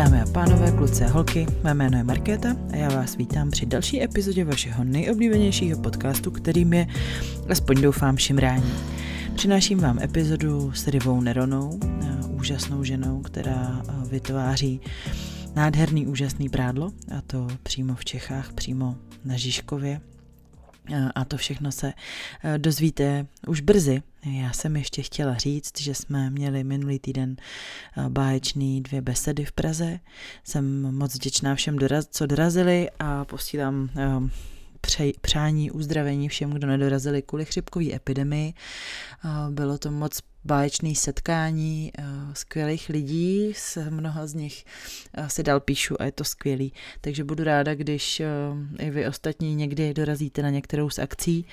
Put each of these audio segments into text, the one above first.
Dámy a pánové, kluci a holky, mé jméno je Markéta a já vás vítám při další epizodě vašeho nejoblíbenějšího podcastu, kterým je, aspoň doufám, Šimrání. Přináším vám epizodu s Rivou Neronou, úžasnou ženou, která vytváří nádherný, úžasný prádlo, a to přímo v Čechách, přímo na Žižkově. A to všechno se dozvíte už brzy. Já jsem ještě chtěla říct, že jsme měli minulý týden báječný 2 besedy v Praze. Jsem moc vděčná všem, co dorazili, a posílám přání, uzdravení všem, kdo nedorazili kvůli chřipkové epidemii. Bylo to moc báječné setkání skvělých lidí, s mnoha z nich si dál píšu a je to skvělý. Takže budu ráda, když i vy ostatní někdy dorazíte na některou z akcí,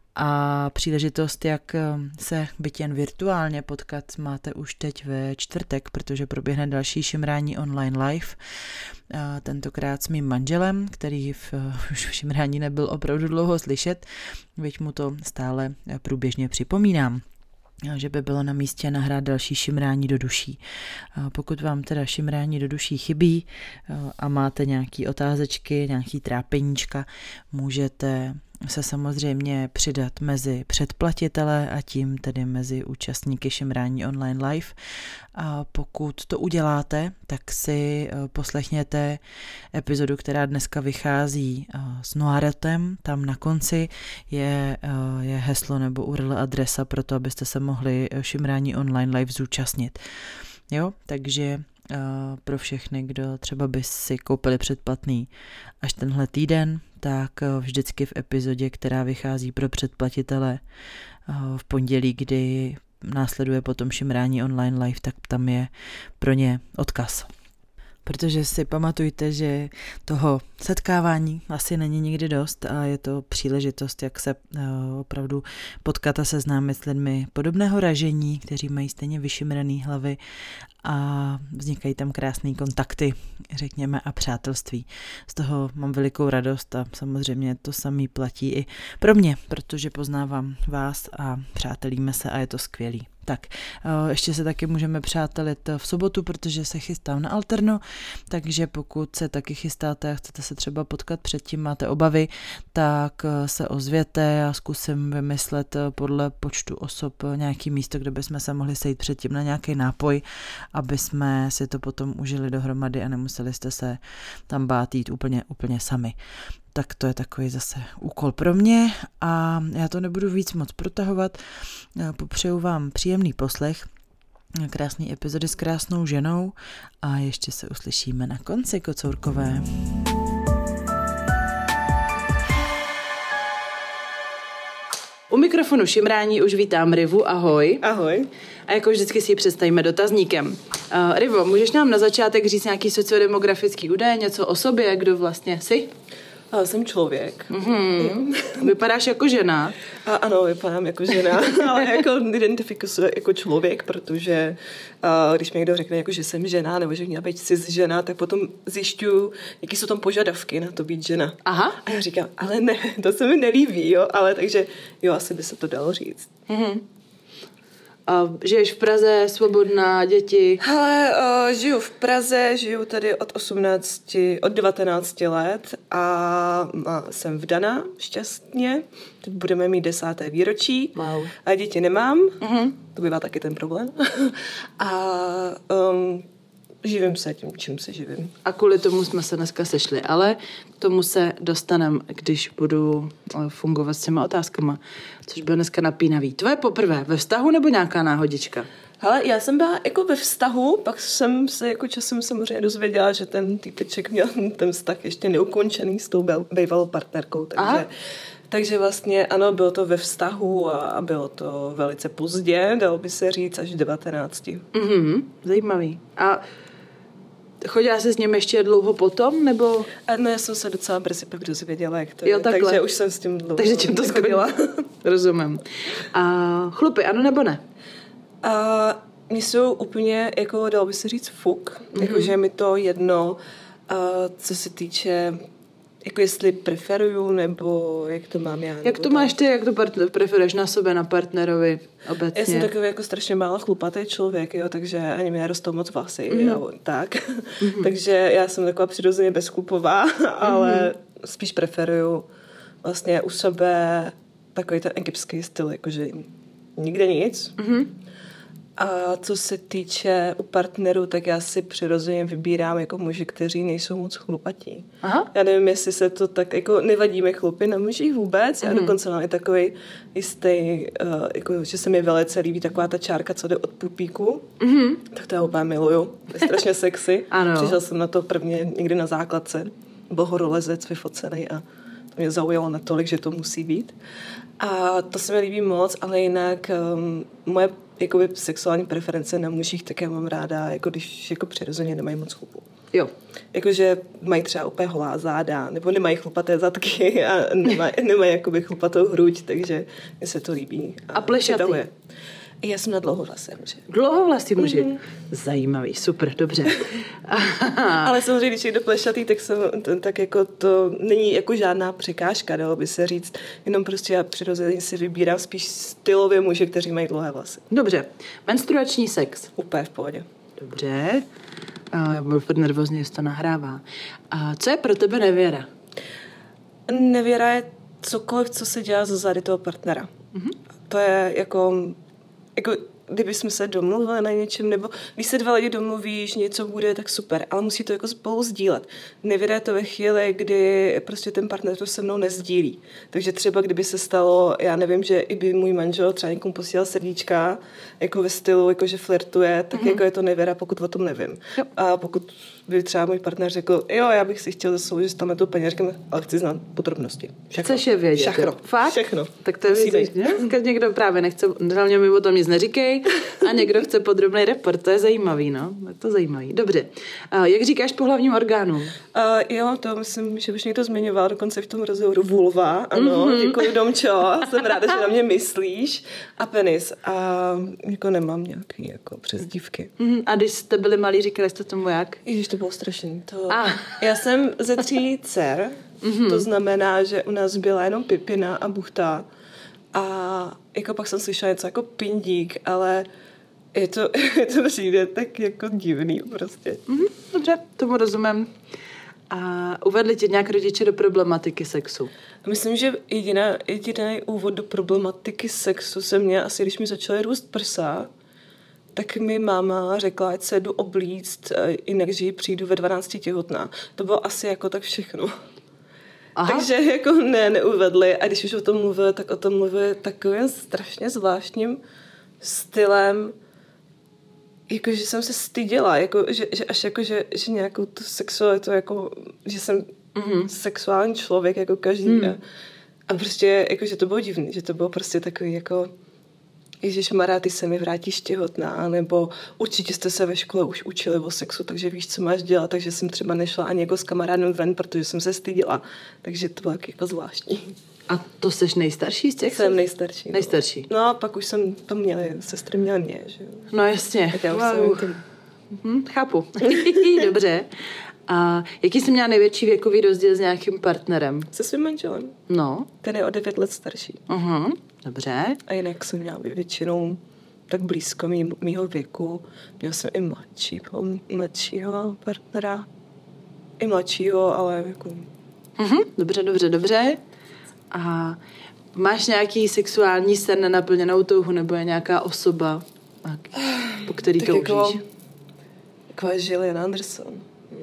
a příležitost, jak se byť jen virtuálně potkat, máte už teď ve čtvrtek, protože proběhne další Šimrání online live. Tentokrát s mým manželem, který už v Šimrání nebyl opravdu dlouho slyšet, byť mu to stále průběžně připomínám, že by bylo na místě nahrát další Šimrání do duší. Pokud vám teda Šimrání do duší chybí a máte nějaké otázečky, nějaký trápeníčka, můžete se samozřejmě přidat mezi předplatitele a tím tedy mezi účastníky Šimrání online live. A pokud to uděláte, tak si poslechněte epizodu, která dneska vychází s Noaretem. Tam na konci je heslo nebo URL adresa pro to, abyste se mohli Šimrání online live zúčastnit. Jo, takže pro všechny, kdo třeba by si koupili předplatný až tenhle týden, tak vždycky v epizodě, která vychází pro předplatitele v pondělí, kdy následuje potom Šimrání online live, tak tam je pro ně odkaz. Protože si pamatujte, že toho setkávání asi není nikdy dost a je to příležitost, jak se opravdu potkat a seznámit s lidmi podobného ražení, kteří mají stejně vyšimraný hlavy, a vznikají tam krásné kontakty, řekněme, a přátelství. Z toho mám velikou radost a samozřejmě to samý platí i pro mě, protože poznávám vás a přátelíme se a je to skvělý. Tak, ještě se taky můžeme přátelit v sobotu, protože se chystám na Alterno, takže pokud se taky chystáte a chcete se třeba potkat předtím, máte obavy, tak se ozvěte a zkusím vymyslet podle počtu osob nějaký místo, kde bychom se mohli sejít předtím na nějaký nápoj, aby jsme si to potom užili dohromady a nemuseli jste se tam bát jít úplně sami. Tak to je takový zase úkol pro mě a já to nebudu víc moc protahovat. Popřeju vám příjemný poslech, krásný epizody s krásnou ženou a ještě se uslyšíme na konci, kocourkové. U mikrofonu Šimrání už vítám Rivu, ahoj. Ahoj. A jako vždycky si ji představíme dotazníkem. Rivo, můžeš nám na začátek říct nějaký sociodemografický údaj, něco o sobě, kdo vlastně jsi? Jsem člověk. Mm-hmm. Vypadáš jako žena. Ano, vypadám jako žena, ale jako identifikuji se jako člověk, protože když mi někdo řekne, jako, že jsem žena, nebo že měla být cis žena, tak potom zjišťuju, jaký jsou tam požadavky na to být žena. Aha. A já říkám, ale ne, to se mi nelíbí, jo, ale takže jo, asi by se to dalo říct. Mm-hmm. A žiješ v Praze, svobodná, děti? Hele, žiju v Praze, žiju tady od 19 let a jsem vdaná šťastně. Teď budeme mít 10. výročí. Wow. A děti nemám, to bývá taky ten problém. A živím se tím, čím se živím. A kvůli tomu jsme se dneska sešli, ale k tomu se dostaneme, když budu fungovat s těma otázkama, což bylo dneska napínavý. Tvoje poprvé ve vztahu nebo nějaká náhodička? Hele, já jsem byla jako ve vztahu, pak jsem se jako časem samozřejmě dozvěděla, že ten týpeček měl ten vztah ještě neukončený s tou bývalou partnerkou, takže vlastně ano, bylo to ve vztahu a bylo to velice pozdě, dalo by se říct až 19. Zajímavý. A chodila jsi s ním ještě dlouho potom, nebo? No, já jsem se docela brzy pak dozvěděla, jak to jo, je, takhle. takže už jsem s tím dlouho. Takže tím to skončila. Rozumím. A chlupy, ano nebo ne? Mně jsou úplně, jako dalo by se říct, fuk. Jakože mi to jedno, co se týče jako jestli preferuju, nebo jak to mám já. Jak to máš ty, jak to preferuješ na sobě, na partnerovi obecně? Já jsem takový jako strašně málo chlupatý člověk, jo, takže ani mi nerostou moc vlasy, jo, tak. Takže já jsem taková přirozeně bezchlupová, ale spíš preferuju vlastně u sebe takový ten egyptský styl, jakože nikde nic. A co se týče u partnerů, tak já si přirozeně vybírám jako muži, kteří nejsou moc chlupatí. Aha. Já nevím, jestli se to tak, jako nevadí mi chlupy na mužích vůbec. Já dokonce mám i takový jistý, jako, že se mi velice líbí taková ta čárka, co jde od pupíku. Tak to já úplně miluju. Je strašně sexy. Přišel jsem na to prvně někdy na základce. Byl horolezec vyfocený a to mě zaujalo natolik, že to musí být. A to se mi líbí moc, ale jinak moje jakoby sexuální preference na mužích, tak já mám ráda, jako když jako přirozeně nemají moc chlupu. Jo. Jakože mají třeba úplně holá záda, nebo nemají chlupaté zadky a nemají jakoby chlupatou hruď, takže mi se to líbí. A plešatý. Já jsem na dlouhovlasé muži. Dlouhovlasý muži. Zajímavý, super, dobře. Ale samozřejmě, když jde plešatý, tak jako to není jako žádná překážka, dalo by se říct. Jenom prostě já přirozeně si vybírám spíš stylově muže, kteří mají dlouhé vlasy. Dobře. Menstruační sex. Úplně v pohodě. Dobře. Já byl furt nervózní, jestli to nahrává. A co je pro tebe nevěra? Nevěra je cokoliv, co se dělá za zády toho partnera. To je jako kdybychom se domluvili na něčem, nebo když se dva lidi domluví, že něco bude, tak super, ale musí to jako spolu sdílet. Nevědět to ve chvíli, kdy prostě ten partner to se mnou nezdílí. Takže třeba kdyby se stalo, já nevím, že i by můj manžel třeba někomu posílal srdíčka, jako ve stylu, jako že flirtuje, tak jako je to nevěra, pokud o tom nevím. Jo. A pokud by třeba můj partner řekl, jo, já bych si chtěl zasloužit tam tu peněžku, ale chci znát podrobnosti. Chceš je vědět. Všechno. Fakt? Všechno. Tak to je věc, někdo právě nechce, hlavně mi o tom nic neříkej, a někdo chce podrobný report, to je zajímavý, no. Je to zajímavý. Dobře. Jak říkáš pohlavním orgánům? Jo, to myslím, že už někdo zmiňoval dokonce v tom rozhovoru vulva, ano, děkuji Domčo, jsem ráda, že na mě myslíš. A penis. A jako nemám nějaký jako přezdívky. A když jste byli malí, říkali jste tomu jak? Ježiš, to bylo strašný. Já jsem ze 3 dcer, to znamená, že u nás byla jenom Pipina a Buchta. A jako pak jsem slyšela něco jako pindík, ale je to přijde tak jako divný prostě. Dobře, tomu rozumím. A uvedli tě nějak rodiče do problematiky sexu? Myslím, že jediný úvod do problematiky sexu jsem měla asi, když mi začaly růst prsa, tak mi máma řekla, ať se jdu oblíct, jinak, že přijdu ve 12 těhotná. To bylo asi jako tak všechno. Aha. Takže jako neuvedli. A když už o tom mluvili, tak o tom mluvili takovým strašně zvláštním stylem, jako, že jsem se styděla, jako, že až jako, že nějakou tu sexualitu, jako, že jsem sexuální člověk, jako každý. A prostě, jako, že to bylo divný, že to bylo prostě takový, jako, ježišmarja, ty se mi vrátíš těhotná, nebo určitě jste se ve škole už učili o sexu, takže víš, co máš dělat, takže jsem třeba nešla ani jako s kamarádem ven, protože jsem se styděla. Takže to bylo jako zvláštní. A to jsi nejstarší z těch? Jsem nejstarší. Nejstarší. No a pak už jsem tam měla, sestry měly mě, že jo. No jasně. Tak já už jsem chápu. Dobře. A jaký jsi měla největší věkový rozdíl s nějakým partnerem? Se svým manželem. No. Ten je o 9 let starší. Dobře. A jinak jsem měla většinou tak blízko mýho věku. Měla jsem i mladšího partnera. I mladšího, ale jako... Dobře. A máš nějaký sexuální sen na naplněnou touhu, nebo je nějaká osoba, po který to užíš? Jako je Gillian Anderson.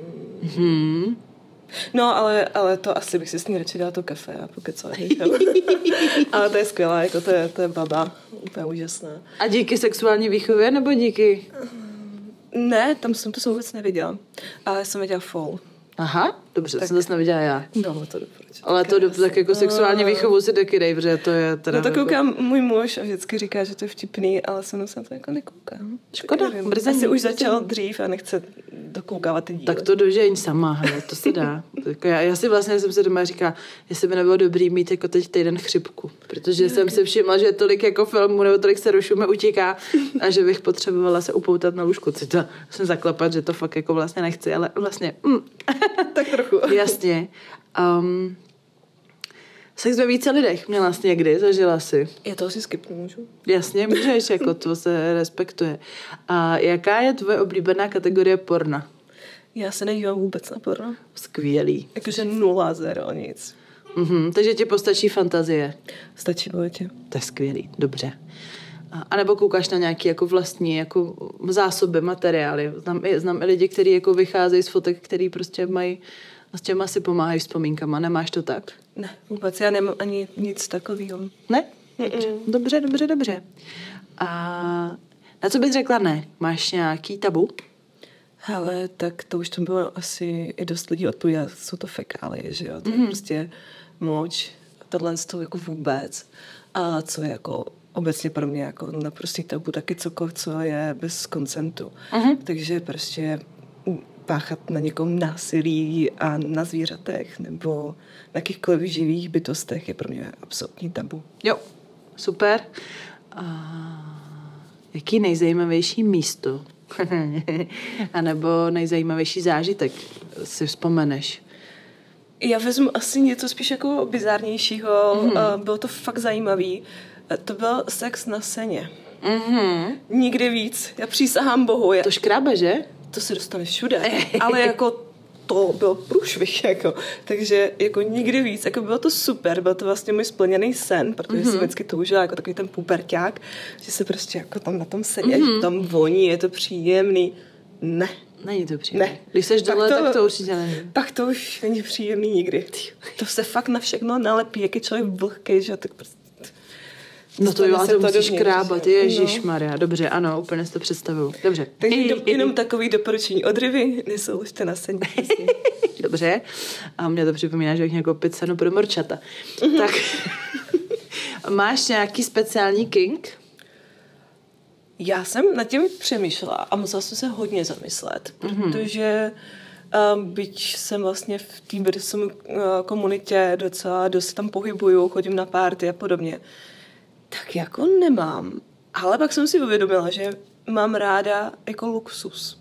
No, ale to asi bych si s ní radši dala to kafe a pokecala. Ale to je skvělá, jako to je baba, úplně úžasná. A díky sexuální výchově, nebo díky? Ne, tam jsem to vůbec neviděla, ale jsem viděla Fall. Aha, dobře, tak, jsem zase neviděla já. No, to doporučuji. Ale to tak jako sexuální výchovu si taky dej, protože to je teda... No to koukám můj muž a vždycky říká, že to je vtipný, ale se mnou jsem to jako nekoukám. Škoda, asi už začal dřív a nechce dokoukávat ty díly. Tak to dožeň sama, hele, to se dá. Já si vlastně jsem se doma říkala, jestli by nebylo dobrý mít jako teď týden chřipku, protože jsem si všimla, že tolik jako filmů nebo tolik se mi utíká a že bych potřebovala se upoutat na lůžku. Jsem zaklepat, že to fakt jako vlastně nechci, ale vlastně... Tak trochu. Jasně. Sex ve více lidech měla jsi někdy, zažila si? Já to asi skipnu můžu. Jasně, můžeš, jako to se respektuje. A jaká je tvoje oblíbená kategorie porna? Já se nedívám vůbec na porno. Skvělý. Jakože 0, 0, nic. Takže ti postačí fantazie. Stačí, boletě. To je skvělý, dobře. A nebo koukáš na nějaký jako vlastní jako zásoby, materiály. Znám i lidi, kteří jako vycházejí z fotek, který prostě mají a s těma si pomáhají vzpomínkama. Nemáš to tak? Ne, vůbec. Já nemám ani nic takového. Ne? Dobře. A na co bys řekla ne? Máš nějaký tabu? Hele, tak to už to bylo asi i dost lidí odpovídá, jsou to fekálie, že jo? To je prostě moč, tohle z toho jako vůbec. A co je jako obecně pro mě jako naprostý tabu, taky cokoliv, co je bez konsentu. Takže prostě páchat na někom násilí a na zvířatech nebo na jakýchkoliv živých bytostech je pro mě absolutní tabu. Jo, super. Jaký nejzajímavější místo a nebo nejzajímavější zážitek si vzpomeneš? Já vezmu asi něco spíš jako bizárnějšího. Bylo to fakt zajímavý. To byl sex na seně. Nikdy víc. Já přísahám Bohu. To škrábe, že? To se dostane všude. Ale jako to byl průšvih, jako. Takže jako nikdy víc. Jako bylo to super. Byl to vlastně můj splněný sen, protože jsem vždycky toužila jako takový ten puberťák, že se prostě jako tam na tom sedě, tam voní, je to příjemný. Ne. Není to příjemný. Ne. Když seš dole, tak to určitě není. Tak to už není příjemný nikdy. To se fakt na všechno nalepí, jak je člověk vlhký, že tak prostě. No to jo, to musíš krábat, ježišmarja. Dobře, ano, úplně si to představuju. Dobře. Takže jenom takový doporučení od Rivy, nesouložte na seně. Dobře. A mě to připomíná, že bych měl koupit seno pro morčata. Tak máš nějaký speciální kink? Já jsem nad tím přemýšlela a musela jsem se hodně zamyslet, protože byť jsem vlastně v té BDSM komunitě docela dost tam pohybuju, chodím na party a podobně, tak jako nemám. Ale pak jsem si uvědomila, že mám ráda jako luxus.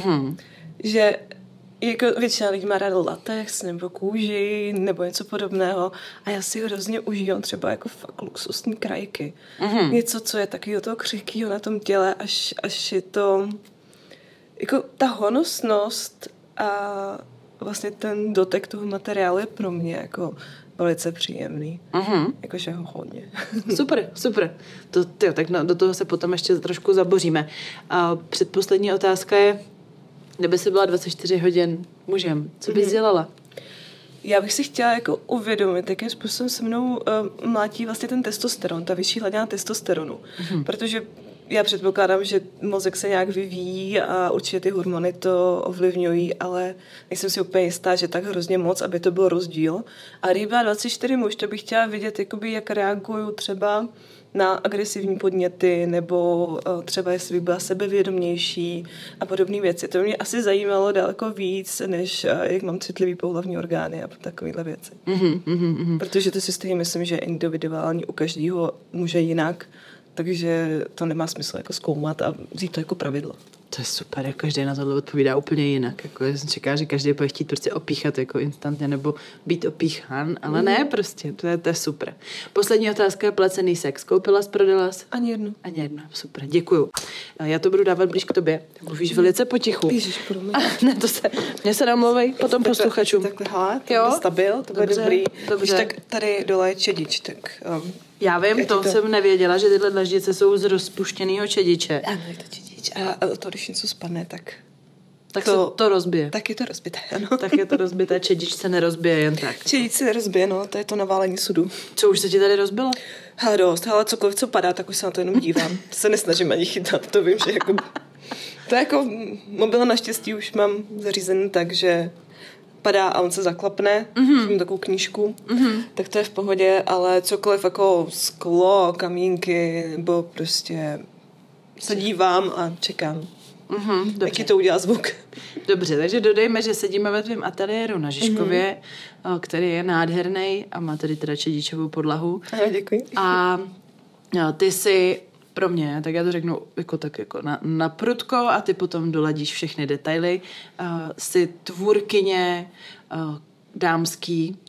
Že jako většina lidí má ráda latex nebo kůži nebo něco podobného a já si hrozně užívám třeba jako fakt luxusní krajky. Něco, co je takového toho křehkýho na tom těle, až je to jako ta honosnost a vlastně ten dotek toho materiálu je pro mě jako velice příjemný. Jakože hodně. Super. Tak do toho se potom ještě trošku zaboříme. A předposlední otázka je, kdyby jsi byla 24 hodin mužem, co bys dělala? Já bych si chtěla jako uvědomit, jakým způsobem se mnou mlátí vlastně ten testosteron, ta vyšší hladina testosteronu. Protože já předpokládám, že mozek se nějak vyvíjí a určitě ty hormony to ovlivňují, ale nejsem si úplně jistá, že tak hrozně moc, aby to byl rozdíl. A kdyby byla 24 muž, to bych chtěla vidět, jakoby, jak reaguju třeba na agresivní podněty, nebo třeba jestli bych byla sebevědomější a podobné věci. To mě asi zajímalo daleko víc, než jak mám citlivý pohlavní orgány a takovéhle věci. Protože to si stejně myslím, že je individuální u každého muže jinak, takže to nemá smysl jako zkoumat a vzít to jako pravidlo. To je super, jako každý na tohle odpovídá úplně jinak. Jako čeká, že každý bude chtít prostě opíchat jako instantně nebo být opíchán, ale ne prostě, to je super. Poslední otázka je placený sex. Koupila jsi, prodala jsi? Ani jednu, super, děkuju. Já to budu dávat blíž k tobě. Mluvíš velice potichu. Ježiš, promiň. Ne, mě se namluvej potom posluchačům. Takhle, to bude stabil, to bude dobrý. Už tak tady dole je čedič, tak... Já vím, to jsem nevěděla, že tyhle dlaždice jsou z rozpuštěného čediče. Ano, je to čedič. A to, když něco spadne, tak to rozbije. Tak je to rozbité, ano. Tak je to rozbité, čedič se nerozbije jen tak. Čedič se nerozbije, no, to je to naválení sudu. Co už se ti tady rozbilo? Hele, dost, ale cokoliv, co padá, tak už se na to jenom dívám. Se nesnažím ani chytat, to vím, že jako... To je jako mobil naštěstí už mám zařízený tak, že padá a on se zaklapne, mám takovou knížku, tak to je v pohodě, ale cokoliv jako sklo, kamínky, nebo prostě se dívám a čekám. Jaký to udělá zvuk. Dobře, takže dodejme, že sedíme ve tvém ateliéru na Žižkově, který je nádherný a má tady teda čedičovou podlahu. Ano, děkuji. A ty si pro mě, tak já to řeknu jako tak jako na prudko a ty potom doladíš všechny detaily. Jsi tvůrkyně dámský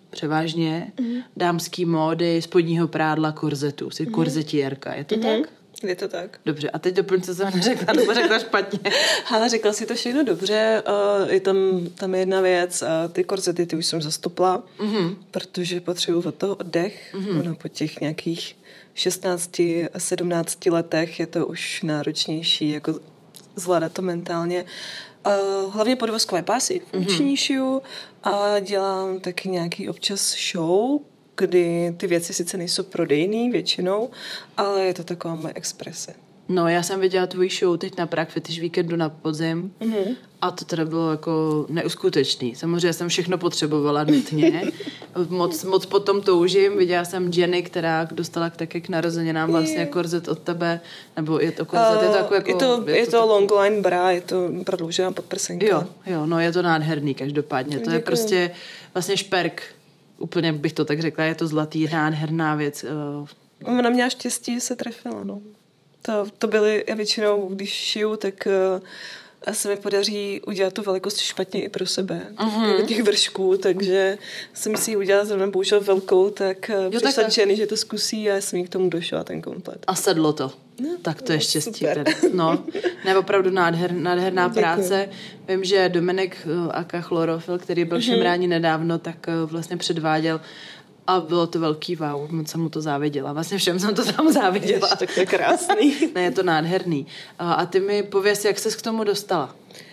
převážně dámský módy, spodního prádla, korzetů. Jsi korzetierka, je to tak? Je to tak. Dobře, a teď doplň, co jsem neřekla, nebo řekla špatně. Ale řekla si to všechno dobře, je tam je jedna věc, ty korzety, ty už jsem zastupla, protože potřebuji od toho oddech, no, po těch nějakých 16, 17 letech je to už náročnější, jako zvládat to mentálně. Hlavně podvozkové pásy funkční šiju a dělám taky nějaký občas show, kdy ty věci sice nejsou prodejný většinou, ale je to taková moje exprese. No, já jsem viděla tvůj show teď na Prague Fetish Weekendu na podzim a to teda bylo jako neuskutečný. Samozřejmě jsem všechno potřebovala nutně. Moc potom toužím. Viděla jsem Jenny, která dostala taky k narozeninám vlastně korzet od tebe, nebo je to korzet, je to jako... Je to longline bra, je to prodloužená podprsenka. Jo, no je to nádherný každopádně. To je prostě vlastně šperk. Úplně bych to tak řekla, je to zlatý, nádherná věc. Ona měla štěstí, se trefila, no. To byly, já většinou, když šiju, tak se mi podaří udělat tu velikost špatně i pro sebe. Těch vršků, takže jsem si ji udělala zrovna bohužel velkou, tak přišla Jenny, že to zkusí a já jsem jí k tomu došla ten komplet. A sedlo to. No, tak to je štěstí. No, ne, opravdu nádherná práce. Vím, že Dominik aka Chlorofil, který byl šimrání nedávno, tak vlastně předváděl a bylo to velký wow, moc jsem mu to záviděla. Vlastně všem jsem to tam záviděla. Tak to je krásný. Ne, je to nádherný. A ty mi pověz, jak ses k tomu dostala?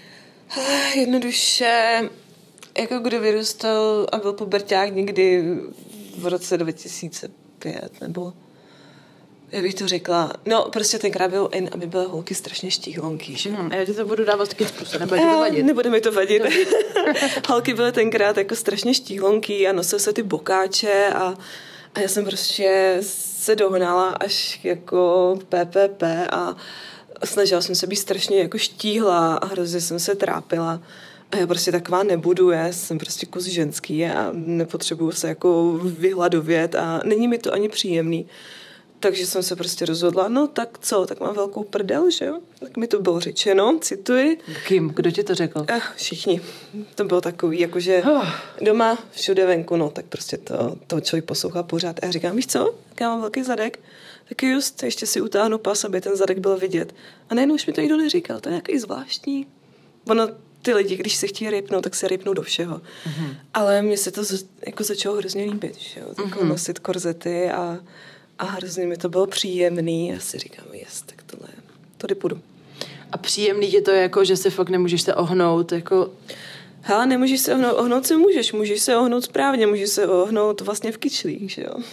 Jednoduše, jako kdo vyrůstal a byl puberťák někdy v roce 2005, nebo jak bych to řekla, no prostě tenkrát byl in, aby byly holky strašně štíhlonky, že? Já ti to budu dávat taky způsob, nebude to vadit. Nebude mi to vadit. Holky byly tenkrát jako strašně štíhlonky a nosily se ty bokáče a já jsem prostě se dohnala až jako PPP a snažila jsem se být strašně jako štíhla a hrozně jsem se trápila. A já prostě taková nebudu, já jsem prostě kus ženský a nepotřebuju se jako vyhladovět a není mi to ani příjemný. Takže jsem se prostě rozhodla, no tak co, tak mám velkou prdel, že jo? Tak mi to bylo řečeno, cituji. Kým? Kdo ti to řekl? Všichni. To bylo takový, jakože doma, všude venku, no tak prostě to člověk poslouchá pořád. A já říkám, víš co, tak já mám velký zadek, tak just ještě si utáhnu pas, aby ten zadek byl vidět. A nejenom už mi to nikdo neříkal, to je nějaký zvláštní. Ono, ty lidi, když se chtějí rypnout, tak se rypnou do všeho. Ale mně se to jako začalo hrozně líbit, že jo? Tak nosit korzety a hrozně mi to bylo příjemný. Já si říkám, tak tohle půjdu. A příjemný je to jako, že se fakt nemůžeš se ohnout, jako... Hele, nemůžeš se ohnout se můžeš se ohnout správně, můžeš se ohnout vlastně v kyčlích, že jo?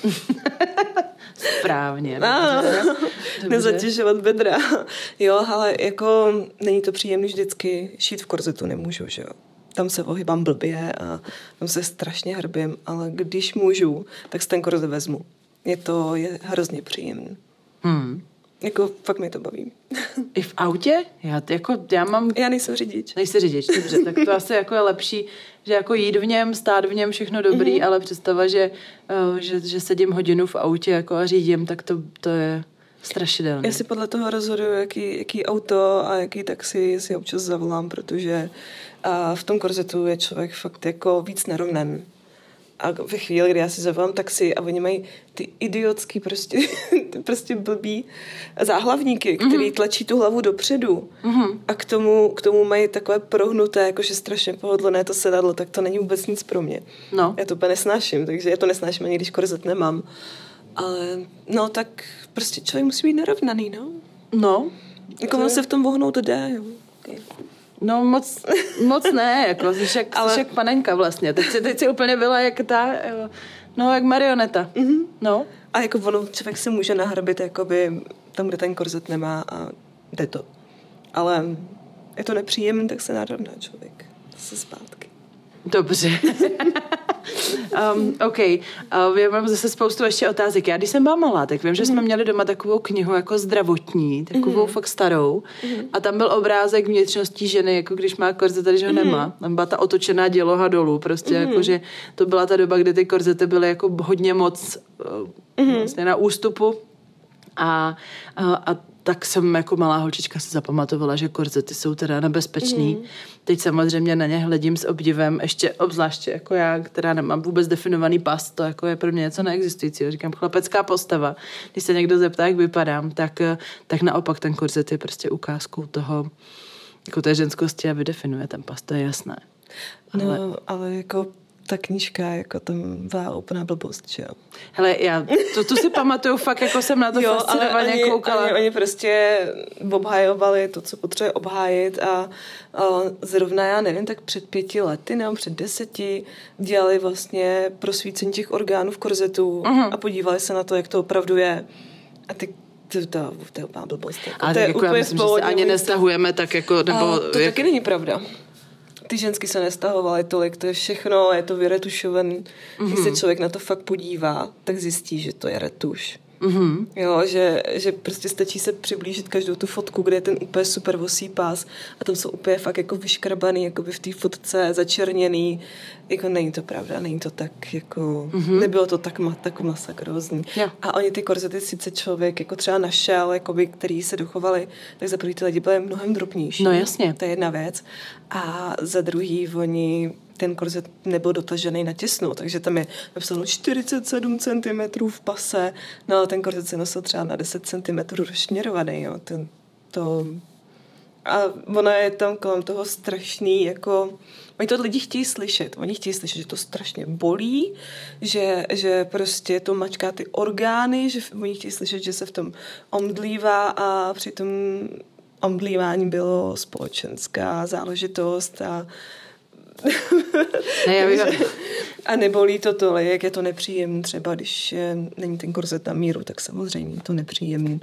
Správně. Nezatěžovat bedra. Jo, ale jako není to příjemný vždycky, šít v korzetu nemůžu, že jo? Tam se ohybám blbě a tam se strašně hrbím, ale když můžu, tak si ten korzet vezmu. Je hrozně příjemný. Jako fakt mě to baví. I v autě? Já nejsem řidič. Nejsi řidič, dobře. Tak to asi jako je lepší, že jako jít v něm, stát v něm, všechno dobrý, ale představa, že sedím hodinu v autě jako a řídím, tak to je strašidelné. Já si podle toho rozhoduju, jaký auto a jaký taxi si občas zavolám, protože v tom korzetu je člověk fakt jako víc narovnaný. A ve chvíli, kdy já si zavolám taxi a oni mají ty idiotský prostě blbý záhlavníky, který tlačí tu hlavu dopředu a k tomu mají takové prohnuté, jakože strašně pohodlné to sedadlo, tak to není vůbec nic pro mě. No. Já to úplně nesnáším, takže já to nesnáším ani když korzet nemám. Ale no tak prostě člověk musí být narovnaný, no. No. Jako on se v tom vohnout jde, jo. Okay. No moc ne, jako jsi jak panenka vlastně. Teď si úplně byla jak jak marioneta. No. A jako ono, člověk se může nahrbit jakoby tam, kde ten korzet nemá a jde to. Ale je to nepříjemné, tak se narovná člověk. Zase zpátky. Dobře. OK. Já mám zase spoustu ještě otázek. Já když jsem byla malá, tak vím, že jsme měli doma takovou knihu jako zdravotní, takovou fakt starou. A tam byl obrázek vnitřností ženy, jako když má korzet, když ho nemá. Tam byla ta otočená děloha dolů. Prostě jakože to byla ta doba, kdy ty korzety byly jako hodně moc vlastně na ústupu. A tak jsem jako malá holčička si zapamatovala, že korzety jsou teda nebezpečný. Teď samozřejmě na ně hledím s obdivem, ještě obzvláště jako já, která nemám vůbec definovaný pas, to jako je pro mě něco neexistujícího. Říkám, chlapecká postava. Když se někdo zeptá, jak vypadám, tak naopak ten korzet je prostě ukázkou toho, jako té ženskosti a vydefinuje ten pas, to je jasné. Ale jako ta knížka, jako tam byla úplná blbost, že jo? Hele, já tu si pamatuju, fakt jako jsem na to fascinovaně koukala. Oni prostě obhajovali to, co potřebuje obhájit a zrovna, já nevím, tak před 5 lety nebo před 10 dělali vlastně prosvícení těch orgánů v korzetu a podívali se na to, jak to opravdu je. A ty to je úplná blbost. Jako, ale jako já myslím, že se ani nestahujeme tak jako, nebo... To taky není pravda. Ty žensky se nestahovaly tolik, to je všechno, je to vyretušovaný. Když se člověk na to fakt podívá, tak zjistí, že to je retuš. Jo, že prostě stačí se přiblížit každou tu fotku, kde je ten úplně super vosí pás a tam jsou úplně fakt jako vyškrabaný, jako by v té fotce začerněný. Jako není to pravda, není to tak jako, nebylo to tak masakrózní. Yeah. A oni ty korzety sice člověk jako třeba našel, jakoby, který se dochovali, tak za první ty lidi byly mnohem drobnější. No jasně. To je jedna věc. A za druhý oni ten korzet nebyl dotažený na těsno, takže tam je napsáno 47 cm v pase, no ale ten korzet se nosil třeba na 10 cm rozšněrovaný, jo. A ono je tam kolem toho strašný, jako... Oni to lidi chtějí slyšet. Oni chtějí slyšet, že to strašně bolí, že prostě to mačká ty orgány, že oni chtějí slyšet, že se v tom omdlívá a při tom omdlívání bylo společenská záležitost a a nebolí to tolik, jak je to nepříjemné, třeba když není ten korzet na míru, tak samozřejmě je to nepříjemné.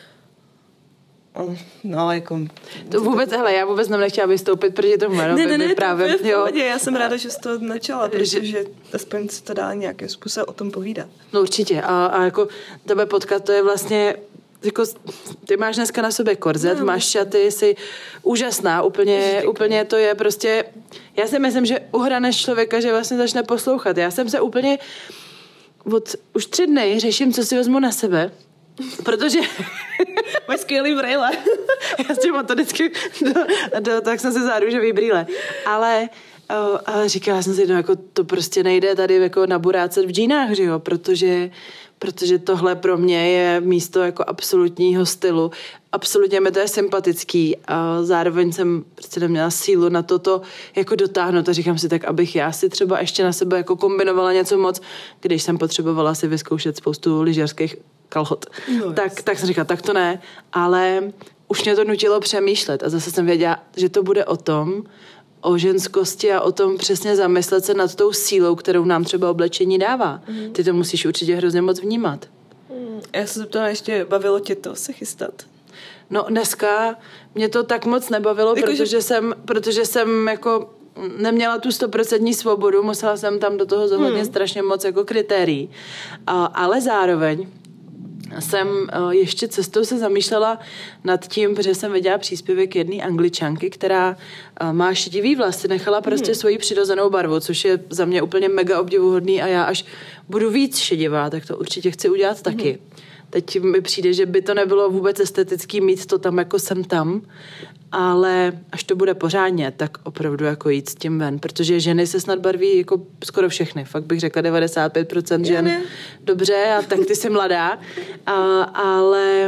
No, jako... To vůbec, hele, já vůbec nechtěla vystoupit proti tomu. Ne, právě, to je v pohodě. Já jsem ráda, že jsi to načala, protože aspoň se to dá nějakým způsobem o tom povídat. No určitě. A jako tebe potkat, to je vlastně... Jako, ty máš dneska na sobě korzet, máš šaty, jsi úžasná, úplně to je prostě... Já si myslím, že uhraneš člověka, že vlastně začne poslouchat. Já jsem se úplně... Už 3 dny řeším, co si vezmu na sebe, protože... Máš skvělý brýle. Já s tím mám to vždycky... tak jsem se zárůžový brýle. Ale říkala jsem si, no jako to prostě nejde tady jako naburácet v džínách, že jo, protože tohle pro mě je místo jako absolutního stylu. Absolutně mi to je sympatický a zároveň jsem prostě neměla sílu na toto jako dotáhnout a říkám si tak, abych já si třeba ještě na sebe jako kombinovala něco moc, když jsem potřebovala si vyzkoušet spoustu lyžařských kalhot. No, tak jsem říkala, tak to ne, ale už mě to nutilo přemýšlet a zase jsem věděla, že to bude o ženskosti a o tom přesně zamyslet se nad tou sílou, kterou nám třeba oblečení dává. Ty to musíš určitě hrozně moc vnímat. Já se zeptala, ještě bavilo tě to se chystat? No dneska mě to tak moc nebavilo, jako protože jsem jako neměla tu 100% svobodu, musela jsem tam do toho zohlednit strašně moc jako kritérií. Ale zároveň jsem ještě cestou se zamýšlela nad tím, protože jsem viděla příspěvek jedné Angličanky, která má šedivý vlasy, nechala prostě svoji přirozenou barvu, což je za mě úplně mega obdivuhodný a já až budu víc šedivá, tak to určitě chci udělat taky. Teď mi přijde, že by to nebylo vůbec estetický mít to tam jako jsem tam, ale až to bude pořádně, tak opravdu jako jít s tím ven, protože ženy se snad barví jako skoro všechny, fakt bych řekla 95% žen. Dobře, a tak ty jsi mladá, ale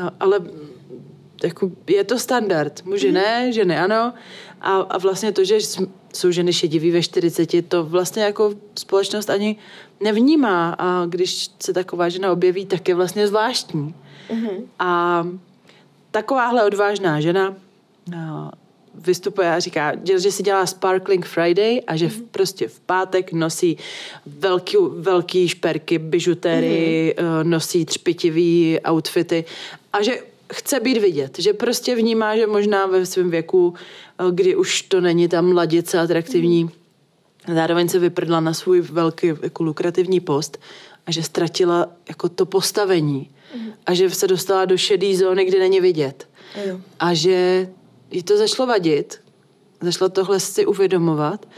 jako je to standard. Muži ne, ženy ano. A vlastně to, že jsou ženy šedivý ve 40, to vlastně jako společnost ani nevnímá. A když se taková žena objeví, tak je vlastně zvláštní. A takováhle odvážná žena vystupuje a říká, že si dělá Sparkling Friday a že prostě v pátek nosí velký šperky, bižutéry, nosí třpitivý outfity a že chce být vidět, že prostě vnímá, že možná ve svém věku, kdy už to není tam mladice atraktivní, zároveň se vyprdla na svůj velký jako lukrativní post a že ztratila jako to postavení a že se dostala do šedé zóny, kde není vidět. A že jí to začalo vadit, začala tohle si uvědomovat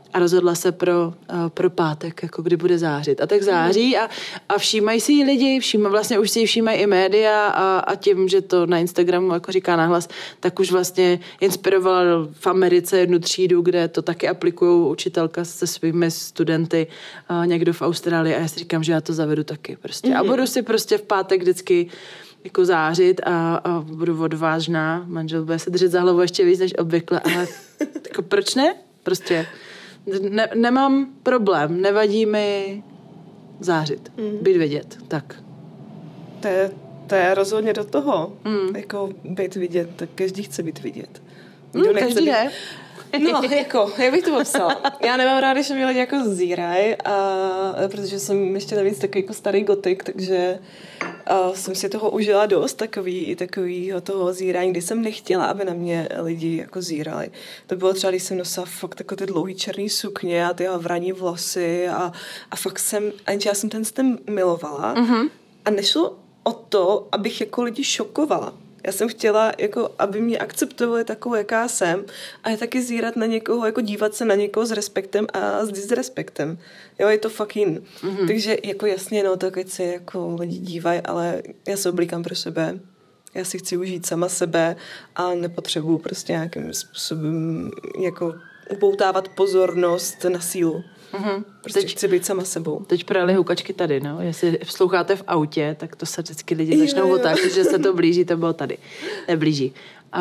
a rozhodla se pro pátek, jako kdy bude zářit. A tak září a všímají si ji lidi, vlastně už si ji všímají i média a tím, že to na Instagramu jako říká nahlas, tak už vlastně inspirovala v Americe jednu třídu, kde to taky aplikují učitelka se svými studenty, někdo v Austrálii a já si říkám, že já to zavedu taky prostě. A budu si prostě v pátek vždycky jako zářit a budu odvážná. Manžel bude se držet za hlavu ještě víc než obvykle, ale jako proč ne? Prostě nemám problém, nevadí mi zářit, být vidět, tak. To je rozhodně do toho, jako být vidět, tak každý chce být vidět. Každý ne. No, jako, jak bych to popsala? Já nemám ráda, když mě lidi jako zíraj, protože jsem ještě navíc takový jako starý gotik, takže jsem si toho užila dost, takovýho toho zírání, kdy jsem nechtěla, aby na mě lidi jako zírali. To bylo třeba, když jsem nosila fakt jako ty dlouhý černý sukně a ty havraní vlasy a fakt já jsem ten styl milovala a nešlo o to, abych jako lidi šokovala. Já jsem chtěla, jako, aby mě akceptovali takovou, jaká jsem a je taky zírat na někoho, jako dívat se na někoho s respektem a s disrespektem. Jo, je to fakt jin. Takže jako jasně, no, tak se jako lidi dívají, ale já se oblíkám pro sebe. Já si chci užít sama sebe a nepotřebuju prostě nějakým způsobem jako upoutávat pozornost na sílu. Prostě chci být sama sebou. Teď projeli houkačky tady, no. Jestli sloucháte v autě, tak to se vždycky lidi začnou otáčet, že se to blíží, to bylo tady. Neblíží.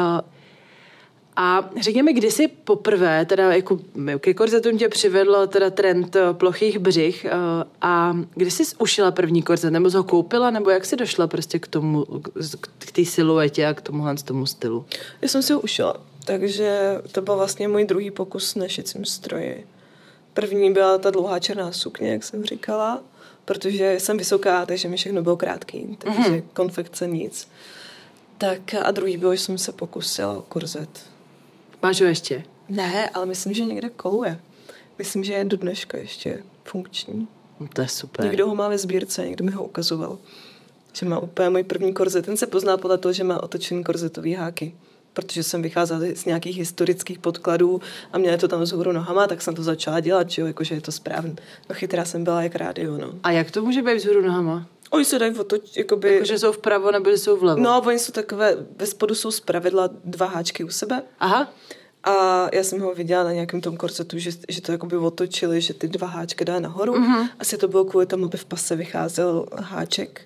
A řekněme, kdy jsi poprvé, teda jako ke korzetům tě přivedlo teda trend plochých břich a kdy jsi ušila první korzet, nebo jsi ho koupila, nebo jak jsi došla prostě k té siluetě a k tomu stylu? Já jsem si ho ušila, takže to byl vlastně můj druhý pokus na šicím stroji. První byla ta dlouhá černá sukně, jak jsem říkala, protože jsem vysoká, takže mi všechno bylo krátký, takže konfekce nic. Tak a druhý byl, že jsem se pokusila o korzet. Máš ho ještě? Ne, ale myslím, že někde koluje. Myslím, že je do dneška ještě funkční. No to je super. Někdo ho má ve sbírce, někdo mi ho ukazoval. Že má úplně můj první korzet. Ten se pozná podle toho, že má otočený korzetový háky. Protože jsem vycházela z nějakých historických podkladů a měla to tam vzhůru nohama, tak jsem to začala dělat, že jo, jakože je to správně. No chytrá jsem byla jak rádio, no. A jak to může být vzhůru nohama? Oni se dají otočit, jakoby... Jakože jsou vpravo nebo že jsou vlevo? No, oni jsou takové, ve spodu jsou zpravidla 2 háčky u sebe. Aha. A já jsem ho viděla na nějakém tom korsetu, že to jakoby otočili, že ty 2 háčky dá nahoru. Asi to bylo kvůli tomu, aby v pase vycházel háček.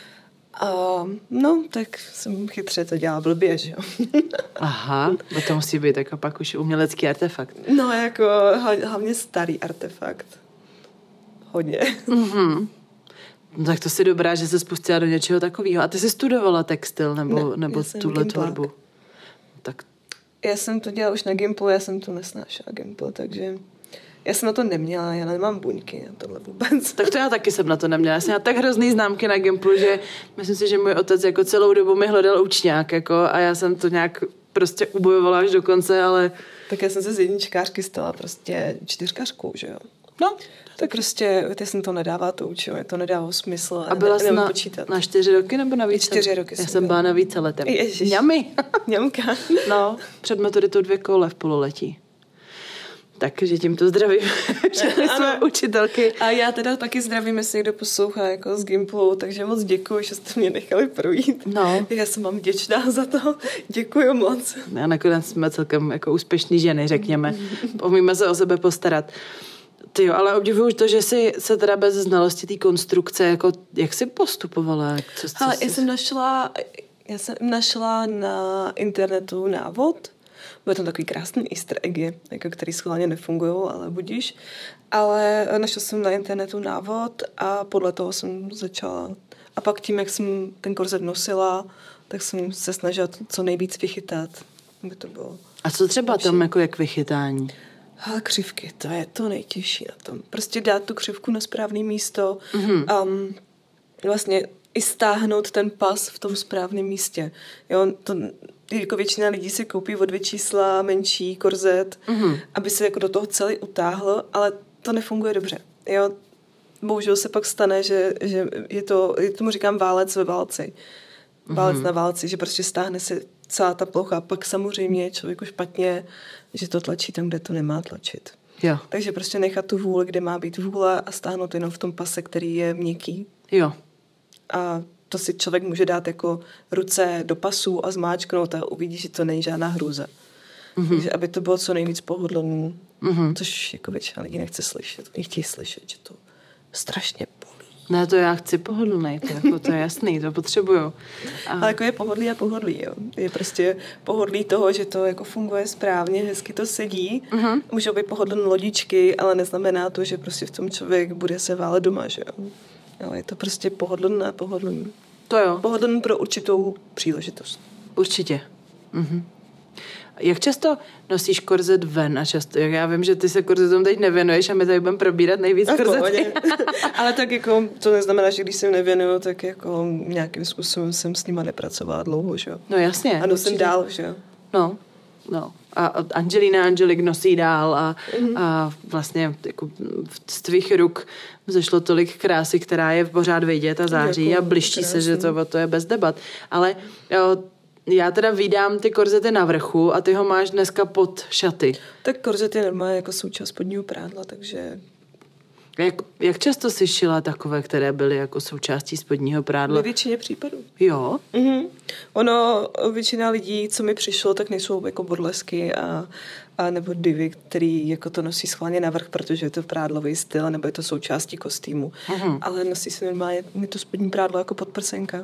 No, tak jsem chytře to dělala blbě, že jo. Aha, to musí být jako pak už umělecký artefakt. No, jako hlavně starý artefakt. Hodně. No, tak to si dobrá, že se spustila do něčeho takového. A ty jsi studovala textil nebo tuhle tvorbu? Tak. Já jsem to dělala už na Gimplu, já jsem to nesnášela Gimpl, takže... Já jsem na to neměla, já nemám buňky na tohle vůbec. Tak to já taky jsem na to neměla. Já jsem měla tak hrozný známky na Gimplu, že myslím si, že můj otec jako celou dobu mi hledal učňák jako, a já jsem to nějak prostě ubojovala až do konce, ale... Tak já jsem se z jedničkářky stala prostě 4kařkou, že jo? No. Tak prostě, já jsem to nedává to učivo, to nedávalo smysl. A byla jsi na 4 roky nebo na více? 4 roky Já jsem byla na více letem. Ježiš. Ňamka. No, před maturitou 2 koule v pololetí. Takže tímto zdravím všechny své učitelky. A já teda taky zdravím, jestli někdo poslouchá jako z Gimplu, takže moc děkuji, že jste mě nechali projít. No. Já jsem vám vděčná za to. Děkuji moc. A nakonec jsme celkem jako úspěšný ženy, řekněme. Umíme se o sebe postarat. Tyjo, ale obdivuju to, že jsi se teda bez znalosti té konstrukce, jako, jak jsi postupovala? Ale já jsem našla na internetu návod. Byl tam takový krásný easter eggy, jako který schválně nefungují, ale budíš. Ale našla jsem na internetu návod a podle toho jsem začala. A pak tím, jak jsem ten korzet nosila, tak jsem se snažila co nejvíc vychytat, aby to bylo. A co třeba lepší. Tam jako jak vychytání? Ale křivky, to je to nejtěžší na tom. Prostě dát tu křivku na správné místo. Vlastně i stáhnout ten pas v tom správném místě. Jo, to, jako většina lidí si koupí o 2 čísla menší korzet, aby se jako do toho celý utáhlo, ale to nefunguje dobře. Jo, bohužel se pak stane, že je to, tomu říkám válec ve válci. Válec na válci, že prostě stáhne se celá ta plocha. Pak samozřejmě je člověku špatně, že to tlačí tam, kde to nemá tlačit. Jo. Takže prostě nechat tu vůli, kde má být vůle a stáhnout jenom v tom pase, který je měkký. Jo. A to si člověk může dát jako ruce do pasu a zmáčknout a uvidí, že to není žádná hrůza. Takže aby to bylo co nejvíc pohodlné, což jako většina lidí nechce slyšet. Oni chtějí slyšet, že to strašně bolí. Ne, to já chci pohodlnej, to je jasný, to potřebuju. Ale jako je pohodlí a pohodlí, jo. Je prostě pohodlí toho, že to jako funguje správně, hezky to sedí. Můžou být pohodlné lodičky, ale neznamená to, že prostě v tom člověk bude se válet doma, že jo. Jo, je to prostě pohodlné a pohodlný. To jo. Pohodlný pro určitou příležitost. Určitě. Jak často nosíš korzet ven a často, já vím, že ty se korzetům teď nevěnuješ a my tady budeme probírat nejvíc korzety. Ale tak jako to neznamená, že když se jim nevěnuju, tak jako nějakým způsobem jsem s nima nepracovala dlouho, že jo. No jasně. A nosím dál, že jo. No. A Angelik nosí dál a vlastně jako z tvých ruk vzešlo tolik krásy, která je pořád vidět a září jako, a bliští se, že to je bez debat. Ale jo, já teda vídám ty korzety na vrchu a ty ho máš dneska pod šaty. Tak korzet je normálně jako součást spodního prádla, takže... Jak často jsi šila takové, které byly jako součástí spodního prádla? Ve většině případů. Jo? Ono, většina lidí, co mi přišlo, tak nejsou jako burlesky a nebo divy, který jako to nosí schválně navrch, protože je to prádlový styl, nebo je to součástí kostýmu. Ale nosí se normálně to spodní prádlo jako podprsenka.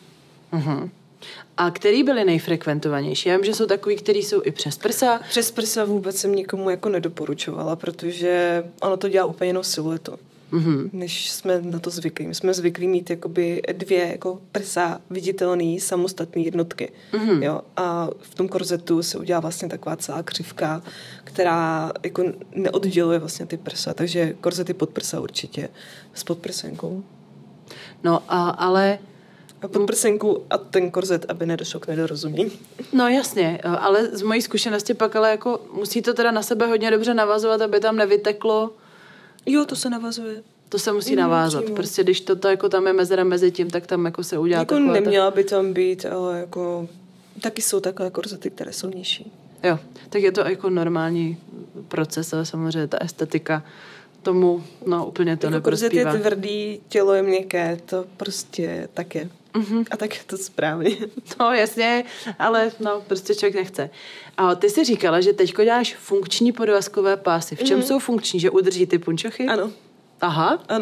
A který byly nejfrekventovanější? Já vím, že jsou takový, který jsou i přes prsa. Přes prsa vůbec jsem nikomu jako nedoporučovala, protože ono to dělá úplně jenom siluetu. Než jsme na to zvyklí. My jsme zvyklí mít jakoby 2 jako prsa viditelné samostatné jednotky. Jo? A v tom korzetu se udělá vlastně taková celá křivka, která jako neodděluje vlastně ty prsa. Takže korzety pod prsa určitě s podprsenkou. No ale... A podprsenku a ten korzet, aby nedošlo k nedorozumění. No jasně, ale z mojí zkušenosti pak ale jako musí to teda na sebe hodně dobře navazovat, aby tam nevyteklo. Jo, to se navazuje. To se musí navázat. Přímo. Prostě když to jako tam je mezera mezi tím, tak tam jako se udělá jako takové... neměla by tam být, ale jako taky jsou takové korzety, které jsou nižší. Jo, tak je to jako normální proces, ale samozřejmě ta estetika tomu, no úplně to jako neprospívá. Korzet je tvrdý, tělo je měkké, to prostě tak je. A tak je to správně. No jasně, ale no prostě člověk nechce. A ty jsi říkala, že teďko děláš funkční podvazkové pásy. V čem jsou funkční? Že udrží ty punčochy? Ano. Aha. Ano.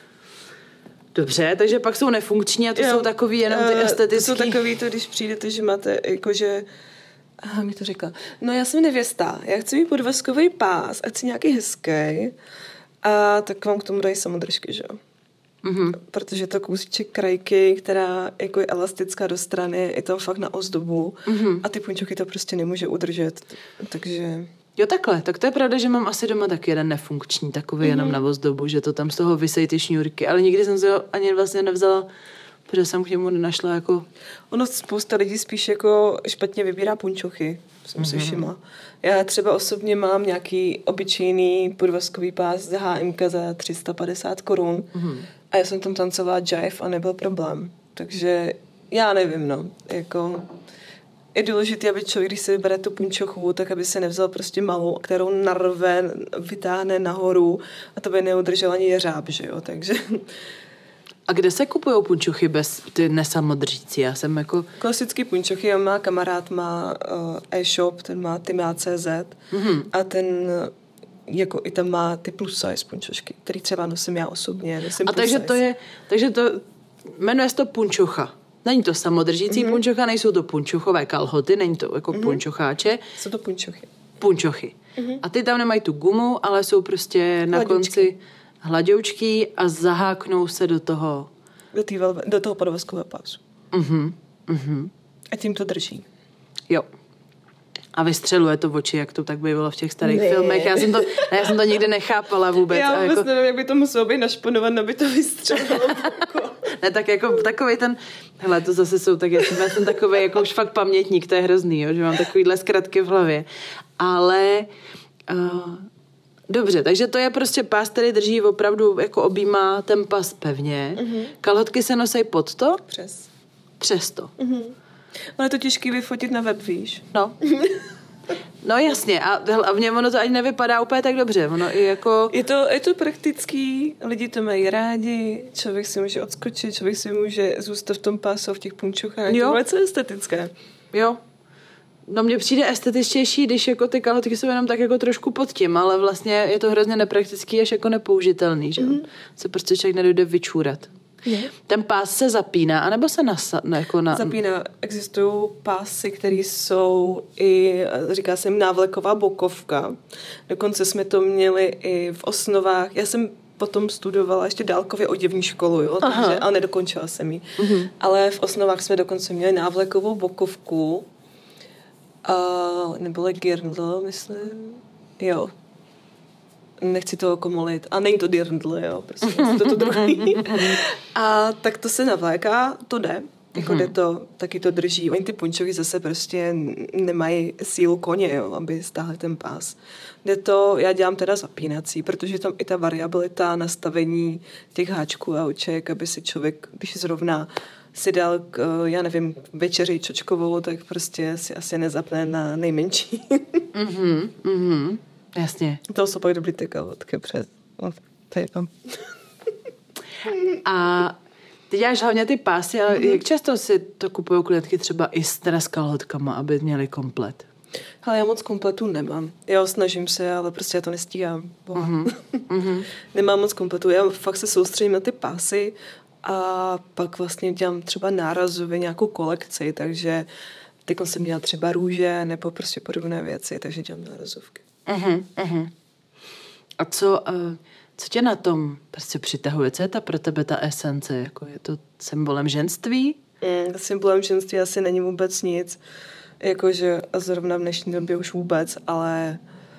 Dobře, takže pak jsou nefunkční a to jsou takový jenom ty estetický. To jsou takový to, když přijdete, že máte jakože... Aha, mi to řekla. No já jsem nevěsta, já chci mít podvazkový pás, ať si nějaký hezký. A tak vám k tomu dají samodržky, že jo? Protože to kousíček krajky, která jako je elastická do strany, je tam fakt na ozdobu a ty punčochy to prostě nemůže udržet, takže... Jo takhle, tak to je pravda, že mám asi doma taky jeden nefunkční, takový jenom na ozdobu, že to tam z toho vysejí ty šňůrky, ale nikdy jsem si ho ani vlastně nevzala, protože jsem k němu nenašla jako... Ono spousta lidí spíš jako špatně vybírá punčochy, jsem si všimla. Já třeba osobně mám nějaký obyčejný podvazkový pás z H&M za 350 korun a já jsem tam tancovala jive a nebyl problém. Takže já nevím, no. Jako, je důležité, aby člověk, když si vybere tu punčochu, tak aby se nevzal prostě malou, kterou narve, vytáhne nahoru a to by neudržel ani jeřáb, že jo, takže... A kde se kupujou punčochy bez ty nesamodržící? Já jsem jako... Klasický punčochy, má kamarád, má e-shop, ten má Tymá.cz a ten jako i tam má ty plus size punčošky, který třeba nosím já osobně. A takže to jmenuje se to punčocha. Není to samodržící punčocha, nejsou to punčochové kalhoty, není to jako punčocháče. Jsou to punčochy. Punčochy. A ty tam nemají tu gumu, ale jsou prostě na konci hladoučký a zaháknou se do toho... Do toho podvazkového pásu. A tím to drží. Jo. A vystřeluje to v oči, jak to tak bývalo v těch starých filmech. Já jsem to nikdy nechápala vůbec. Já vůbec nevím, jak by to muselo být našponovat, aby to vystřelilo. Ne, tak jako takovej ten... Hele, to zase jsou tak... Já jsem takovej jako už fakt pamětník, to je hrozný, jo, že mám takovýhle zkratky v hlavě. Ale... Dobře, takže to je prostě pás, který drží opravdu, jako objímá ten pas pevně. Kalhotky se nosí pod to? Přes to. Ale je to těžký vyfotit na web, víš? No. No jasně, a v něm ono to ani nevypadá úplně tak dobře. Ono i jako... Je to praktický, lidi to mají rádi, člověk si může odskočit, člověk si může zůstat v tom pásu, v těch punčochách. To je velice estetické. Jo. No mně přijde estetičtější, když jako ty kalhotky jsou jenom tak jako trošku pod tím, ale vlastně je to hrozně nepraktický až jako nepoužitelný, že se prostě člověk nedojde vyčůrat. Ten pás se zapíná, anebo se Zapíná. Existují pásy, které jsou i, říká se jim návleková bokovka. Dokonce jsme to měli i v osnovách. Já jsem potom studovala ještě dálkově oděvní školu, jo, takže, ale nedokončila jsem ji. Ale v osnovách jsme dokonce měli návlekovou bokovku. Nebylo girdle, myslím. Jo. Nechci to komolit. A není to dirndl, jo, prostě to druhý. A tak to se navléká, to jde. Jako jde to, taky to drží. Oni ty punčoky zase prostě nemají sílu koně, jo, aby stáhli ten pás. Jde to, já dělám teda zapínací, protože tam i ta variabilita nastavení těch háčků a oček, aby si člověk, když zrovna si dal, já nevím, večeři čočkovou, tak prostě si asi nezapne na nejmenší. Jasně. To jsou pak dobrý ty kalhotky přes. A ty děláš hlavně ty pásy, ale jak často si to kupují klientky třeba i s kalhotkama, aby měli komplet? Ale já moc kompletů nemám. Já snažím se, ale prostě já to nestíhám. Nemám moc kompletů. Já fakt se soustředím na ty pásy a pak vlastně dělám třeba nárazově nějakou kolekci, takže teď jsem měla třeba růže nebo prostě podobné věci, takže dělám nárazovky. A co tě na tom prostě přitahuje? Co je pro tebe ta esence? Jako je to symbolem ženství? Symbolem ženství asi není vůbec nic. Jakože a zrovna v dnešní době už vůbec, ale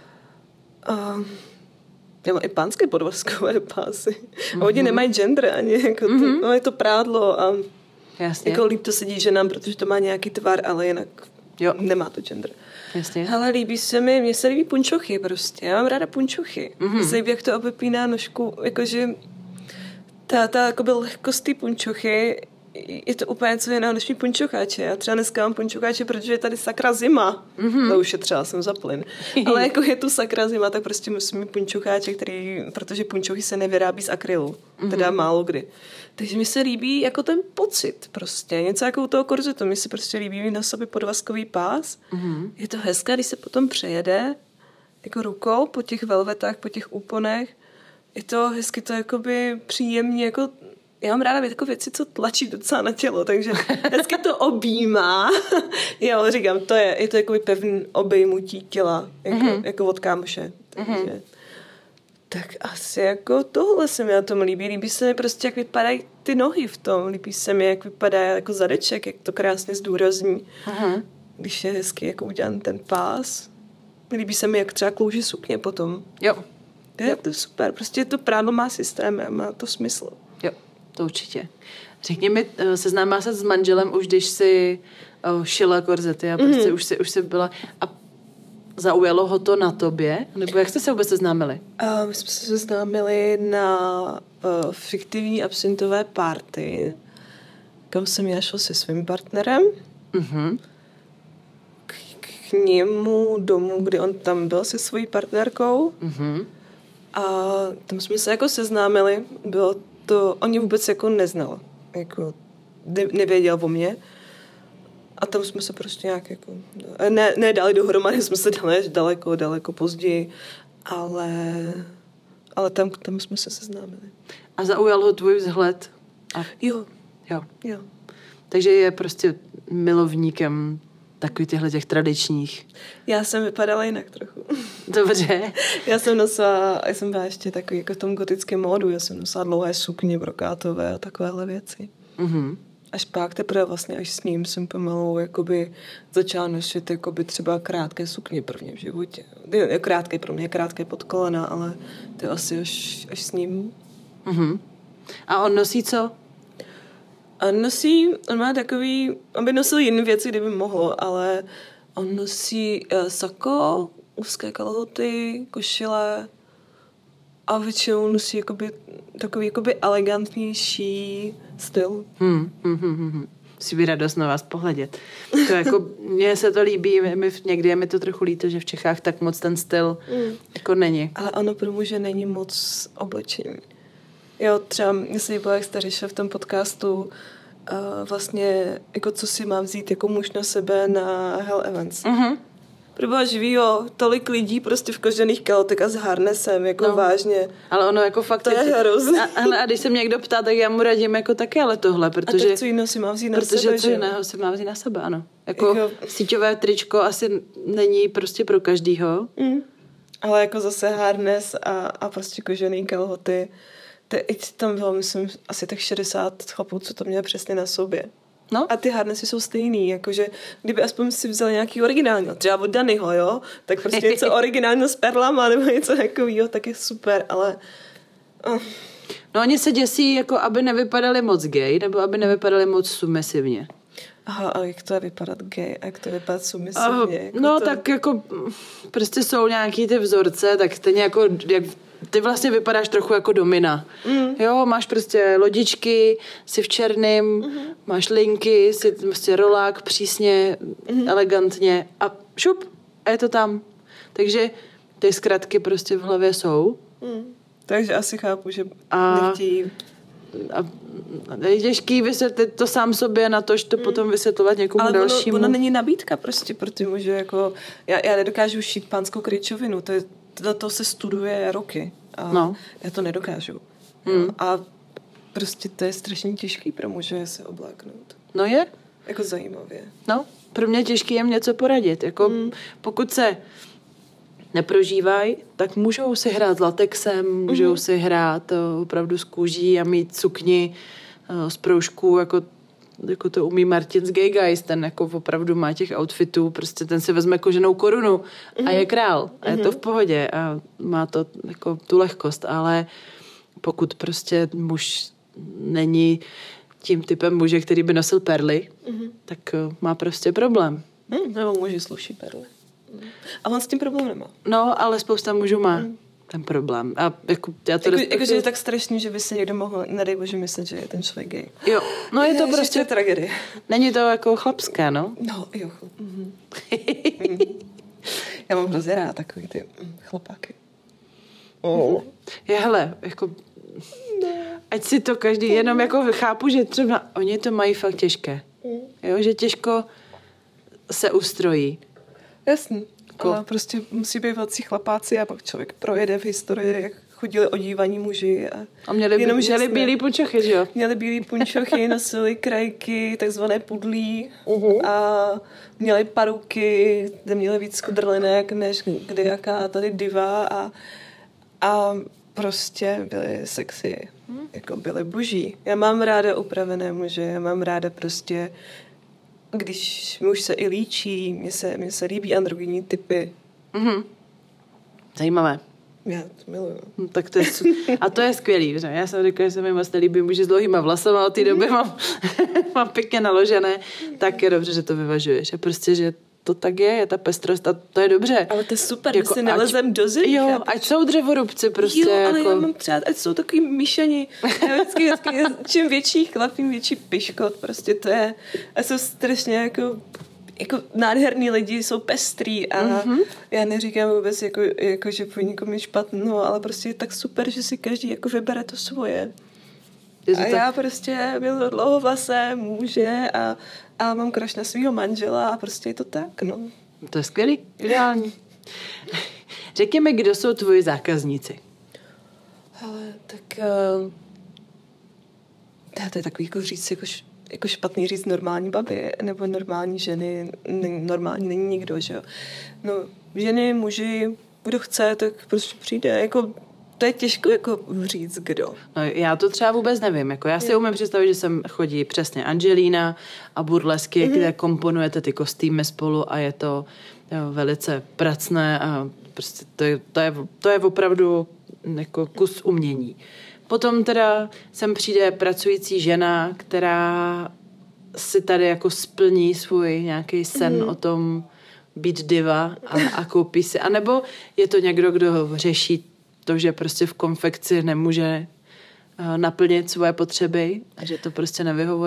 já mám i pánské podvazkové pásy. A oni nemají gender ani. Jako no je to prádlo a jasně. Jako líp to sedí ženám, protože to má nějaký tvar, ale jinak nemá to gender. Jasně. Ale mně se líbí punčochy prostě. Já mám ráda punčochy. Mně se líbí, jak to obepíná nožku, jakože ta jakoby lehkost té punčochy je to úplně něco jiného než mý punčocháče. Já třeba dneska mám punčocháče, protože je tady sakra zima. To už je třeba, jsem za plyn. Ale jako je tu sakra zima, tak prostě musím mít punčocháče, protože punčochy se nevyrábí z akrylu. Teda málo kdy. Takže mi se líbí jako ten pocit prostě. Něco jako u toho korzetu. Mi se prostě líbí mít na sobě podvazkový pás. Je to hezké, když se potom přejede jako rukou po těch velvetách, po těch úponech. Je to hezky, to jakoby příjemně jako já mám ráda jako věci, co tlačí docela na tělo, takže hezky to objímá. Já říkám, je to jakoby pevný obejmutí těla, jako od kámoše. Takže tak asi jako tohle se mi na tom líbí. Líbí se mi prostě, jak vypadají ty nohy v tom. Líbí se mi, jak vypadá jako zadeček, jak to krásně zdůrazní. Když je hezky jako udělan ten pás. Líbí se mi, jak třeba klouží sukně potom. Jo. Je to super. Prostě to prádlo má systém a má to smysl. Jo, to určitě. Řekni mi, seznámila se s manželem už, když jsi šila korzety a prostě už jsi byla... A zaujalo ho to na tobě? Nebo jak jste se vůbec seznámili? My jsme se seznámili na fiktivní absintové party, kam jsem já šla se svým partnerem. K němu domů, kdy on tam byl se svojí partnerkou. A tam jsme se jako seznámili. Bylo to, on mě vůbec jako neznal. Jako nevěděl o mě. A tam jsme se prostě nějak jako... Ne dali dohromady, jsme se dali až daleko později, ale tam jsme se seznámili. A zaujal ho tvůj vzhled? Jo. Takže je prostě milovníkem takových těch tradičních. Já jsem vypadala jinak trochu. Dobře. Já jsem byla ještě takový jako v tom gotickém módu, já jsem nosila dlouhé sukně brokátové a takovéhle věci. Až pak teprve vlastně až s ním jsem pomalu jakoby začala nosit jakoby třeba krátké sukně prvně v životě. Krátké pro mě, krátké pod kolena, ale to je asi až s ním. A on nosí co? On má takový, on by nosil jiné věci, kdyby mohlo, ale on nosí sako, úzké kalhoty, košile a většinou nosí takový elegantnější styl. musí být radost na vás pohledět. To jako, mně se to líbí, někdy je mi to trochu líto, že v Čechách tak moc ten styl jako není. Ale ono pro muže není moc oblečení. Jo, třeba mě se líbilo, jak jste řešil v tom podcastu, vlastně, jako co si mám vzít jako muž na sebe na Hell Events. Proboha živýho, tolik lidí prostě v kožených kalotech a s harnesem, jako vážně. Ale ono jako fakt... To je hrozné. A když se mě někdo ptá, tak já mu radím jako taky, ale tohle, protože... A tak co jiného si má vzít na sebe, protože co jiného si má vzít na sebe, ano. Jako síťové tričko asi není prostě pro každýho. Ale jako zase harnes a prostě kožený kalhoty. Tam bylo, myslím, asi tak 60 chlapů, co to mělo přesně na sobě. No. A ty harnesy jsou stejný, jakože kdyby aspoň si vzal nějaký originální, třeba od Danyho, jo, tak prostě něco originálního s perlama nebo něco takového, tak je super, ale... No oni se děsí, jako aby nevypadali moc gay, nebo aby nevypadali moc submisivně. Aha, ale jak to je vypadat gay a jak to je vypadat submisivně? Jako no to... tak jako prostě jsou nějaký ty vzorce, tak stejně jako... Jak ty vlastně vypadáš trochu jako domina. Jo, máš prostě lodičky, jsi v černým, máš linky, jsi prostě rolák přísně, elegantně a šup, a je to tam. Takže ty zkratky prostě v hlavě jsou. Takže asi chápu, že nechtějí. A je těžký vysvětlit to sám sobě, na to, že to potom vysvětlovat někomu dalšímu. Ale ono není nabídka prostě pro ty muže, jako já nedokážu šít pánskou kryčovinu, to se studuje roky. A já to nedokážu. A prostě to je strašně těžký pro muže se obléknout. No je. Jako zajímavě. No, pro mě těžký jim něco poradit. Jako pokud se neprožívají, tak můžou si hrát s latexem, můžou si hrát opravdu s kůží a mít sukni z proužků, jako to umí Martin z Gay Guys, ten jako opravdu má těch outfitů, prostě ten si vezme koženou korunu a je král a je to v pohodě a má to jako tu lehkost, ale pokud prostě muž není tím typem muže, který by nosil perly, tak má prostě problém. Nebo muži sluší perly. A on s tím problém nemá. No, ale spousta mužů má ten problém. A jako, já to že je tak strašný, že by se někdo mohl, nedej bože, myslet, že je ten člověk gay. Jo, no je to prostě tragédie. Není to jako chlapské, no? No, jo. Já mám hrozně rád takový ty chlapáky. Hele, jako ať si to každý, jenom jako chápu, že třeba oni to mají fakt těžké. Jo, že těžko se ustrojí. Jasně, ale prostě musí být velcí chlapáci a pak člověk projede v historii, jak chodili odívaní muži. A měli bílý punčochy, že jo? Měli bílý punčochy, nosili krajky, takzvané pudlí a měli paruky, kde měli víc kudrlinek, než kdejaká tady diva a prostě byli sexy, jako byli boží. Já mám ráda upravené muže, já mám ráda prostě, když muž se i líčí, mně se líbí androgynní typy. Zajímavé. Já to miluju. No, tak to je, a to je skvělý, že? Já jsem řekla, že se mi moc nelíbí muži s dlouhýma vlasama, od té doby mám pěkně naložené, tak je dobře, že to vyvažuješ. A prostě, že to tak je ta pestrost a to je dobře. Ale to je super, jako, my si nelezem do zemí. Jo, ať jsou dřevorubci prostě. Jo, ale jako... já mám přát, ať jsou takový myšani. Vždycky, čím větší chlap, tím větší piškot. Prostě to je, a jsou strašně jako nádherný lidi, jsou pestrý a já neříkám vůbec, jako že po někom je špatno, ale prostě je tak super, že si každý jako vybere to svoje. A já prostě byl dlouhovlasé muže a mám crush na svýho manžela a prostě je to tak, no. To je skvělý, ideální. Řekni mi, kdo jsou tvoji zákazníci? Ale tak to je takový jako říct, jako špatný říct normální baby, nebo normální ženy, normální není nikdo, že jo. No, ženy, muži, kdo chce, tak prostě přijde, jako to je těžko jako říct, kdo. No, já to třeba vůbec nevím. Jako já si umím představit, že sem chodí přesně Angelina a burlesky, kde komponujete ty kostýmy spolu a je to velice pracné a prostě to je opravdu jako kus umění. Potom teda sem přijde pracující žena, která si tady jako splní svůj nějaký sen o tom být diva a koupí si. A nebo je to někdo, kdo řeší to, že prostě v konfekci nemůže naplnit svoje potřeby a že to prostě nevyhovuje.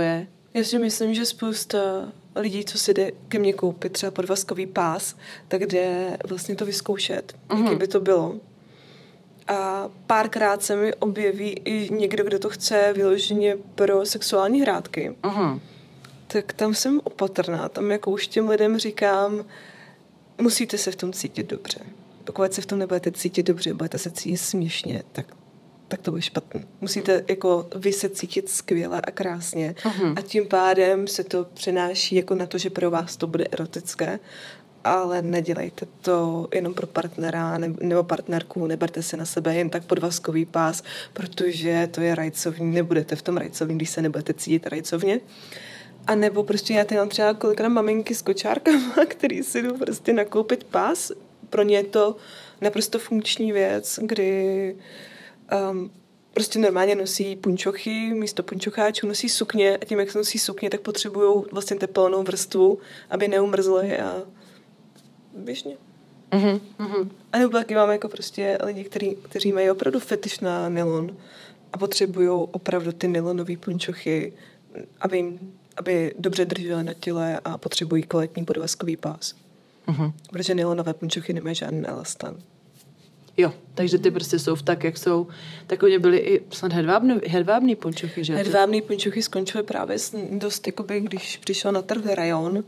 Já si myslím, že spousta lidí, co si jde ke mně koupit třeba podvazkový pás, tak jde vlastně to vyzkoušet, jaký by to bylo. A párkrát se mi objeví i někdo, kdo to chce vyloženě pro sexuální hrátky. Tak tam jsem opatrná. Tam jako už těm lidem říkám, musíte se v tom cítit dobře. Pokud se v tom nebudete cítit dobře, budete se cítit směšně, tak to bude špatný. Musíte jako vy se cítit skvěle a krásně a tím pádem se to přenáší jako na to, že pro vás to bude erotické, ale nedělejte to jenom pro partnera nebo partnerku, neberte se na sebe jen tak podvazkový pás, protože to je rajcovní, nebudete v tom rajcovní, když se nebudete cítit rajcovně. A nebo prostě já tady mám třeba kolikrát maminky s kočárkama, který si jdou prostě nakoupit pás. Pro ně je to naprosto funkční věc, kdy prostě normálně nosí punčochy, místo punčocháčů nosí sukně a tím, jak se nosí sukně, tak potřebují vlastně teplnou vrstvu, aby neumrzly a běžně. A nebo taky máme jako prostě lidi, kteří mají opravdu fetiš na nylon a potřebují opravdu ty nylonový punčochy, aby dobře držely na těle a potřebují kvalitní podvazkový pás. Protože nylonové punčochy nemají žádný elastan. Jo, takže ty prostě jsou tak, jak jsou. Tak oni byli i snad hedvábný punčochy, že? Hedvábný punčochy skončily právě dost, jakoby, když přišel na trh rajon.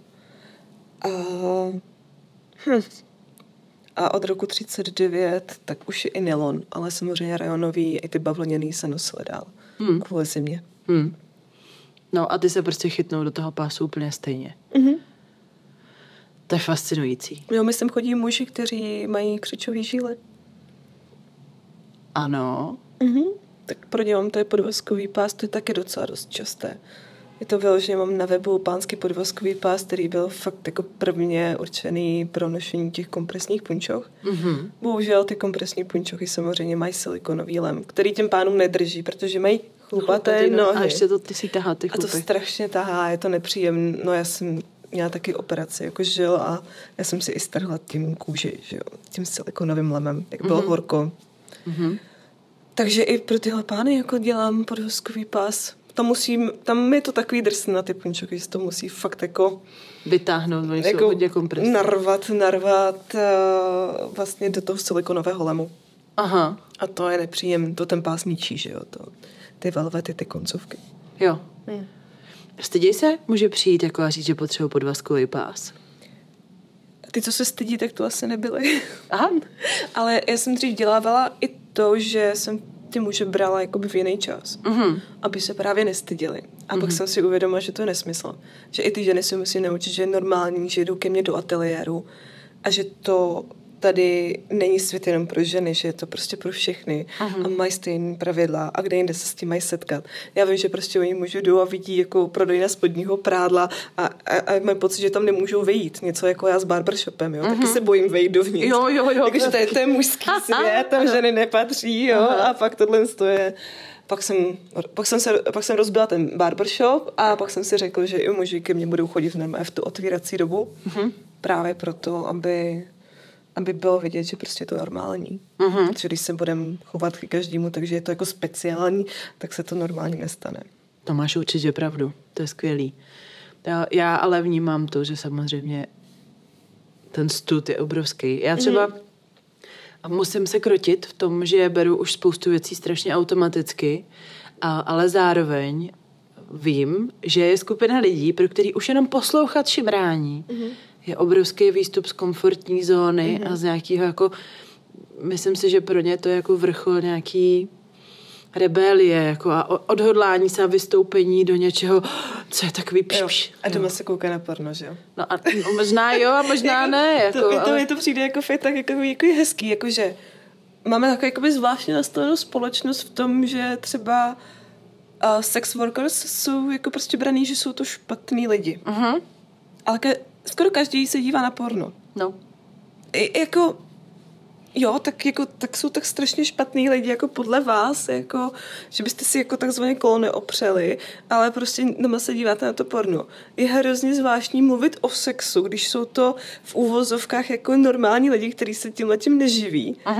A od roku 1939 tak už je i nylon, ale samozřejmě rajonový i ty bavlněný se nosily dál. Kvůli zimě. No a ty se prostě chytnou do toho pásu úplně stejně. To je fascinující. Jo, my sem chodí muži, kteří mají křičový žíly. Ano. Tak pro ně mám to je podvazkový pás, to je taky docela dost časté. Je to vyloženě, mám na webu pánský podvazkový pás, který byl fakt jako prvně určený pro nošení těch kompresních punčoch. Bohužel ty kompresní punčochy samozřejmě mají silikonový lem, který těm pánům nedrží, protože mají chlupaté nohy. A ještě to ty si tahá ty chlupy. A to strašně tahá, je to nepříjemné. No já jsem měla taky operaci jako žil a já jsem si i strhla tím kůži, že jo, tím silikonovým lemem, jak bylo horko. Takže i pro tyhle pány jako dělám podvazkový pás. Tam je to takový drsný na ty punčochy, že to musí fakt jako vytáhnout, oni jako jsou hodně kompresní. Narvat vlastně do toho silikonového lemu. A to je nepříjemné, to ten pás ničí, že jo, ty velvety, ty koncovky. Jo. Styděj se? Může přijít jako a říct, že potřebuji podvazkový pás. Ty, co se stydí, tak to asi nebyly. Aha. Ale já jsem dřív dělávala i to, že jsem ty muže brala jakoby v jiný čas, aby se právě nestyděli. A pak jsem si uvědomila, že to je nesmysl. Že i ty ženy si musí naučit, že je normální, že jdou ke mně do ateliéru a že to tady není svět jenom pro ženy, že je to prostě pro všechny a mají stejné pravidla a kde jinde se s tím mají setkat. Já vím, že prostě oni můžou jdou a vidí jako prodejna spodního prádla a mají pocit, že tam nemůžou vejít. Něco jako já s barbershopem, jo. Taky se bojím vejít dovnitř. Jo. Jakože to je mužský svět, tam ženy nepatří, jo. A pak tohle je... Pak jsem rozbila ten barbershop a pak jsem si řekl, že i muži ke mně budou chodit normálně v tu otvírací dobu. Právě proto, aby bylo vidět, že prostě je to normální. Protože když se budeme chovat k každému, takže je to jako speciální, tak se to normálně nestane. To máš určitě pravdu, to je skvělý. Já ale vnímám to, že samozřejmě ten stud je obrovský. Já třeba musím se krotit v tom, že beru už spoustu věcí strašně automaticky, ale zároveň vím, že je skupina lidí, pro který už jenom poslouchat šimrání je obrovský výstup z komfortní zóny a z nějakého jako, myslím si, že pro ně to je jako vrchol nějaký rebelie jako a odhodlání se a vystoupení do něčeho, co je takový pš. A doma se kouká na porno, že jo? No a možná jo a možná ne. Jako, to přijde jako fakt tak jako hezký, jakože máme takovou jakoby zvláštně nastavenou společnost v tom, že třeba sex workers jsou jako prostě braný, že jsou to špatný lidi. Ale skoro každý se dívá na porno. No. Jako jo, tak jsou tak strašně špatný lidi, jako podle vás, jako, že byste si jako takzvaně kolo neopřeli, ale prostě doma se díváte na to porno. Je hrozně zvláštní mluvit o sexu, když jsou to v úvozovkách jako normální lidi, kteří se tímhletím neživí.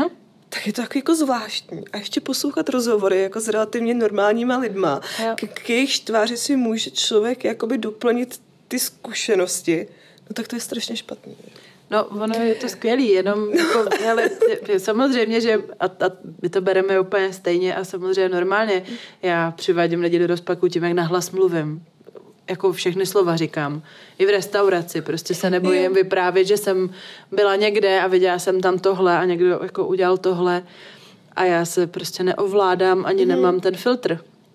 tak je to jako zvláštní. A ještě poslouchat rozhovory jako s relativně normálníma lidma, k jejich tváři si může člověk jakoby doplnit ty zkušenosti, no tak to je strašně špatný. No, ono je to skvělý, jenom jako, ale samozřejmě, že a my to bereme úplně stejně a samozřejmě normálně. Já přivádím lidi do rozpaku tím, jak nahlas mluvím. Jako všechny slova říkám. I v restauraci. Prostě se nebojím vyprávět, že jsem byla někde a viděla jsem tam tohle a někdo jako udělal tohle a já se prostě neovládám, ani nemám ten filtr.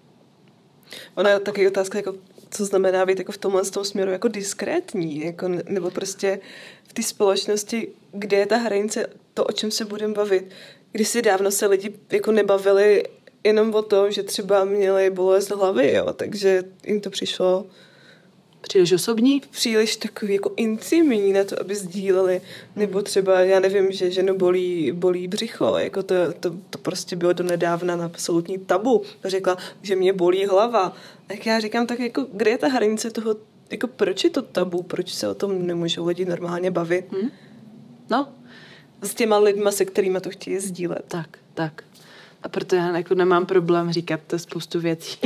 Ona je taky otázka, jako, co znamená být jako v tomhle směru jako diskrétní, jako, nebo prostě v té společnosti, kde je ta hranice, to, o čem se budeme bavit. Kdysi dávno se lidi jako nebavili jenom o tom, že třeba měli bolest hlavy, jo, takže jim to přišlo příliš osobní? Příliš takový jako intimní na to, aby sdíleli. Nebo třeba, já nevím, že ženu bolí břicho. Jako to prostě bylo donedávna na absolutní tabu. Řekla, že mě bolí hlava. Tak já říkám, tak jako, kde je ta hranice toho, jako proč je to tabu? Proč se o tom nemůžou lidi normálně bavit? No. S těma lidma, se kterými to chtějí sdílet. Tak. A proto já jako nemám problém říkat spoustu věcí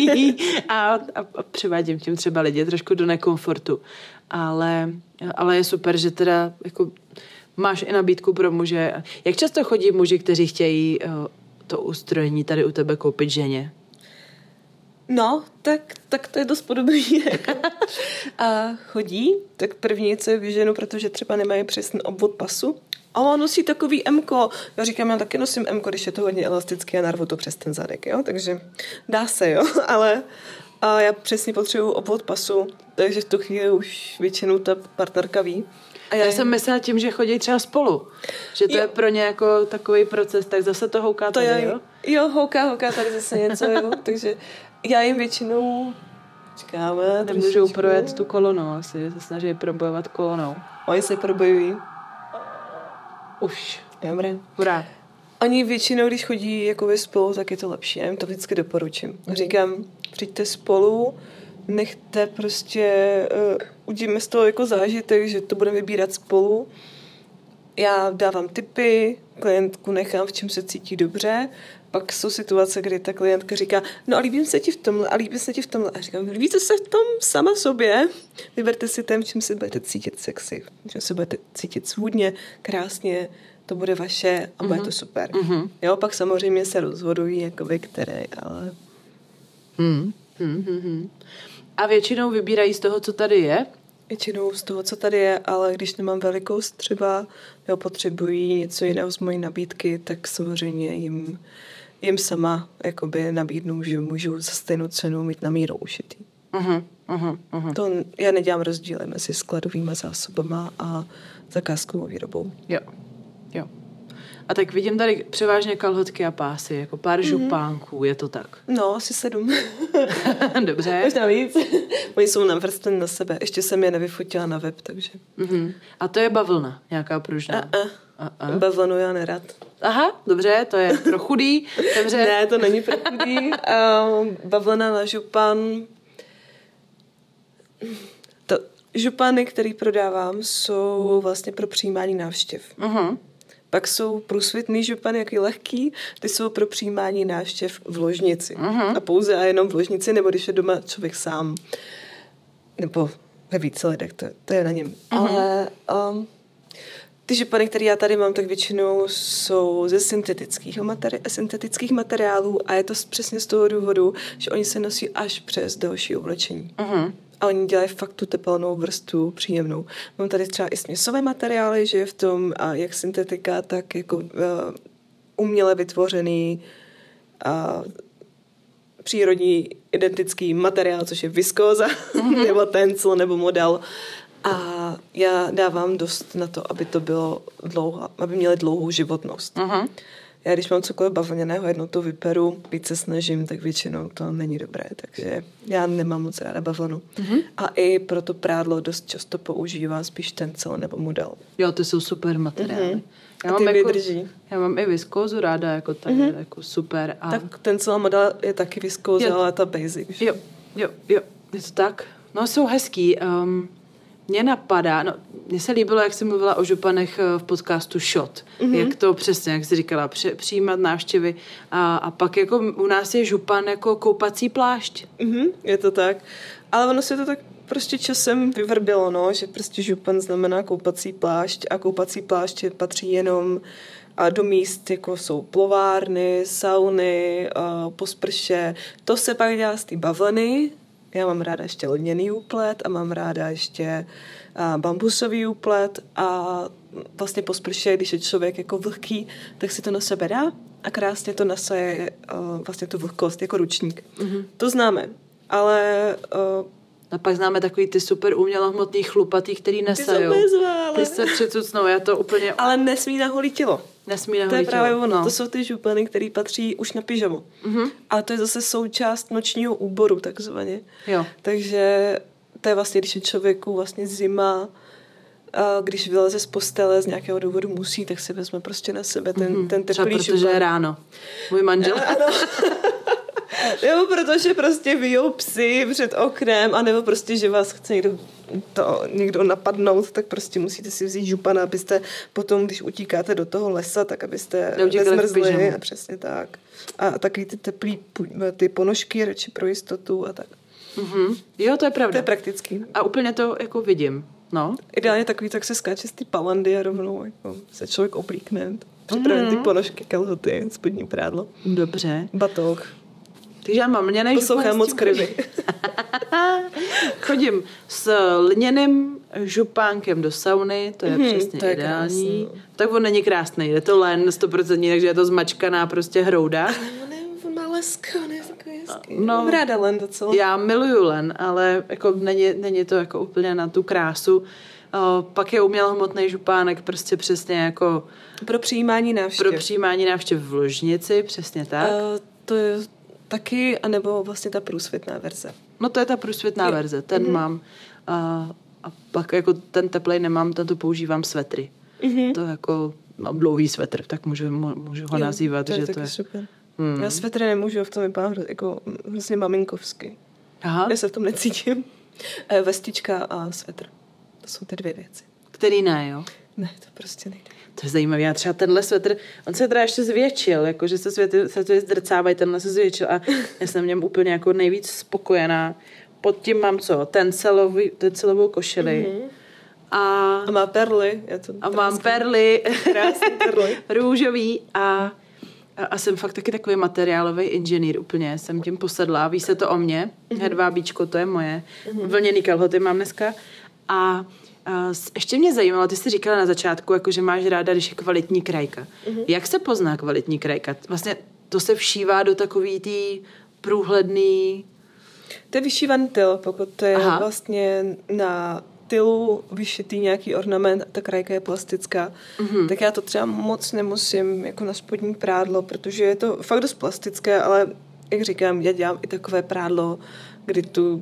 a přivádím tím třeba lidi trošku do nekomfortu. Ale je super, že teda jako máš i nabídku pro muže. Jak často chodí muži, kteří chtějí to ustrojení tady u tebe koupit ženě? No, tak to je dost podobný. A chodí, tak první, co je vyženu, protože třeba nemají přesný obvod pasu. A on nosí takový M-ko. Já říkám, já taky nosím M-ko, když je to hodně elastický a narvu to přes ten zadek, jo? Takže dá se, jo? Ale já přesně potřebuji obvod pasu, takže v tu chvíli už většinou ta partnerka ví. A já jsem myslela tím, že chodí třeba spolu. Že to je pro ně jako takový proces, tak zase to houká tady, jo? Jo, houká tady zase něco, jo? Takže já jim většinou čekáme. Nemůžou projet tu kolonou, asi se snaží probojovat kolonou. Oni se probojují. Už. Dobré. Hurá. Oni většinou, když chodí jako spolu, tak je to lepší. Já jim to vždycky doporučím. Říkám, přijďte spolu, nechte prostě, uděláme z toho jako zážitek, že to budeme vybírat spolu. Já dávám tipy, klientku nechám, v čem se cítí dobře. Pak jsou situace, kdy ta klientka říká, no a líbím se ti v tomhle, a líbím se ti v tomhle. A říkám, líbíte se v tom sama sobě? Vyberte si ten, v čem se budete cítit sexy, v čem se budete cítit svůdně, krásně, to bude vaše a bude to super. Jo, pak samozřejmě se rozhodují, jakoby, které, ale... A většinou vybírají z toho, co tady je? Většinou z toho, co tady je, ale když nemám velikost třeba, nebo potřebují něco jiného z mojí nabídky, tak samozřejmě jim sama jakoby nabídnu, že můžu za stejnou cenu mít na míru ušitý. To já nedělám rozdíly mezi skladovými zásobama a zakázkovou výrobou. Jo. A tak vidím tady převážně kalhotky a pásy, jako pár župánků, je to tak? No, asi 7. Dobře. Možná víc. Oni jsou navrstvený na sebe. Ještě jsem je nevyfotila na web, takže... A to je bavlna, nějaká pružná? Bavlnu já nerad. Aha, dobře, to je pro chudý. Dobře. Ne, to není pro chudý. Bavlna na župan... Župany, který prodávám, jsou vlastně pro přijímání návštěv. Pak jsou průsvitný župany, jaký lehký, ty jsou pro přijímání návštěv v ložnici. A pouze a jenom v ložnici, nebo když je doma člověk sám. Nebo ve více lidech, to je na něm. Ale ty župany, které já tady mám, tak většinou jsou ze syntetických materiálů a je to přesně z toho důvodu, že oni se nosí až přes další oblečení. A oni dělají fakt tu tepelnou vrstvu příjemnou. Mám tady třeba i směsové materiály, že je v tom jak syntetika, tak jako uměle vytvořený přírodní identický materiál, což je viskóza, nebo tencel, nebo model. A já dávám dost na to, aby to bylo aby měly dlouhou životnost. Já když mám cokoliv bavlněného, jednou to vyperu, víc se snažím, tak většinou to není dobré, takže já nemám moc ráda bavlnu. A i pro to prádlo dost často používám spíš tencel nebo model. Jo, to jsou super materiály. A ty vydrží. Já mám i viskózu ráda, jako tak, jako super. A... Tak tencel a model je taky viskóza, ale ta basic. Jo, je to tak. No, jsou hezký. Mně napadá, no, mně se líbilo, jak jsi mluvila o županech v podcastu Shot. Jak to přesně, jak jsi říkala, přijímat návštěvy. A pak jako u nás je župan jako koupací plášť. Je to tak. Ale ono se to tak prostě časem vyvrbilo, no, že prostě župan znamená koupací plášť a koupací pláště patří jenom do míst, jako jsou plovárny, sauny, po sprše. To se pak dělá z té bavlny. Já mám ráda ještě lněný úplet a mám ráda ještě bambusový úplet a vlastně po sprše, když je člověk jako vlhký, tak si to na sebe dá a krásně to nasaje vlastně tu vlhkost jako ručník. To známe, ale... A pak známe takový ty super umělohmotný chlupatý, který nesajou. Ty se přecucnou, já to úplně... Ale nesmí na holí tělo. Nesmí na holí tělo. To je právě ono. No. To jsou ty župany, které patří už na pyžamo. Ale to je zase součást nočního úboru, takzvaně. Jo. Takže to je vlastně, když je člověku vlastně zima, a když vyleze z postele z nějakého důvodu musí, tak si vezme prostě na sebe ten teplý třeba župan. protože je ráno. Můj manžel. Ano. Nebo protože prostě vyjou psy před oknem, anebo prostě, že vás chce někdo napadnout, tak prostě musíte si vzít župana, abyste potom, když utíkáte do toho lesa, tak abyste nezmrzli. A přesně tak. A taky ty teplý ty ponožky radši pro jistotu a tak. Jo, to je pravda. To je praktický. A úplně to jako vidím. No. Ideálně takový, tak se skáče z ty palandy a rovnou jako se člověk oblíkne. Připraven ty ponožky, kalhoty, spodní prádlo. Dobře. Batoh. Takže já mám lněnej župan. Poslouchám moc krvi. Chodím s lněným župánkem do sauny, to je přesně to je ideální. Krásný. Tak on není krásný, je to len 100%, takže je to zmačkaná prostě hrouda. On má lesko, on je takový hezký. No, mám ráda len docela. Já miluju len, ale jako není to jako úplně na tu krásu. Pak je umělohmotný župánek prostě přesně jako... Pro přijímání návštěv. Pro přijímání návštěv v ložnici, přesně tak. To je taky, anebo vlastně ta průsvitná verze. No to je ta průsvitná verze, ten mám. A pak jako ten teplej nemám, tento používám svetry. To jako mám dlouhý svetr, tak můžu ho nazývat. To je že taky to je super. Já svetry nemůžu, v tom vypadám jako vlastně maminkovsky. Aha. Já se v tom necítím. Vestička a svetr. To jsou ty dvě věci. Který ne, jo? Ne, to prostě nejde. To je zajímavé. Já třeba tenhle svetr, on se teda ještě zvětšil, jakože se to zdrcávají, tenhle se zvětšil a já jsem v něm úplně jako nejvíc spokojená. Pod tím mám co? Ten celovou košili. A má perly. Mám perly. Krásný perly. Růžový a jsem fakt taky takový materiálový inženýr úplně. Jsem tím posedlá. Ví se to o mně. Hedvábíčko, to je moje. Vlněný kalhoty mám dneska. A ještě mě zajímalo, ty jsi říkala na začátku, jako, že máš ráda, když je kvalitní krajka. Jak se pozná kvalitní krajka? Vlastně to se všívá do takový tý průhledný... To je vyšívaný tyl, pokud to je vlastně na tylu vyšitý nějaký ornament a ta krajka je plastická, tak já to třeba moc nemusím jako na spodní prádlo, protože je to fakt dost plastické, ale jak říkám, já dělám i takové prádlo, kdy tu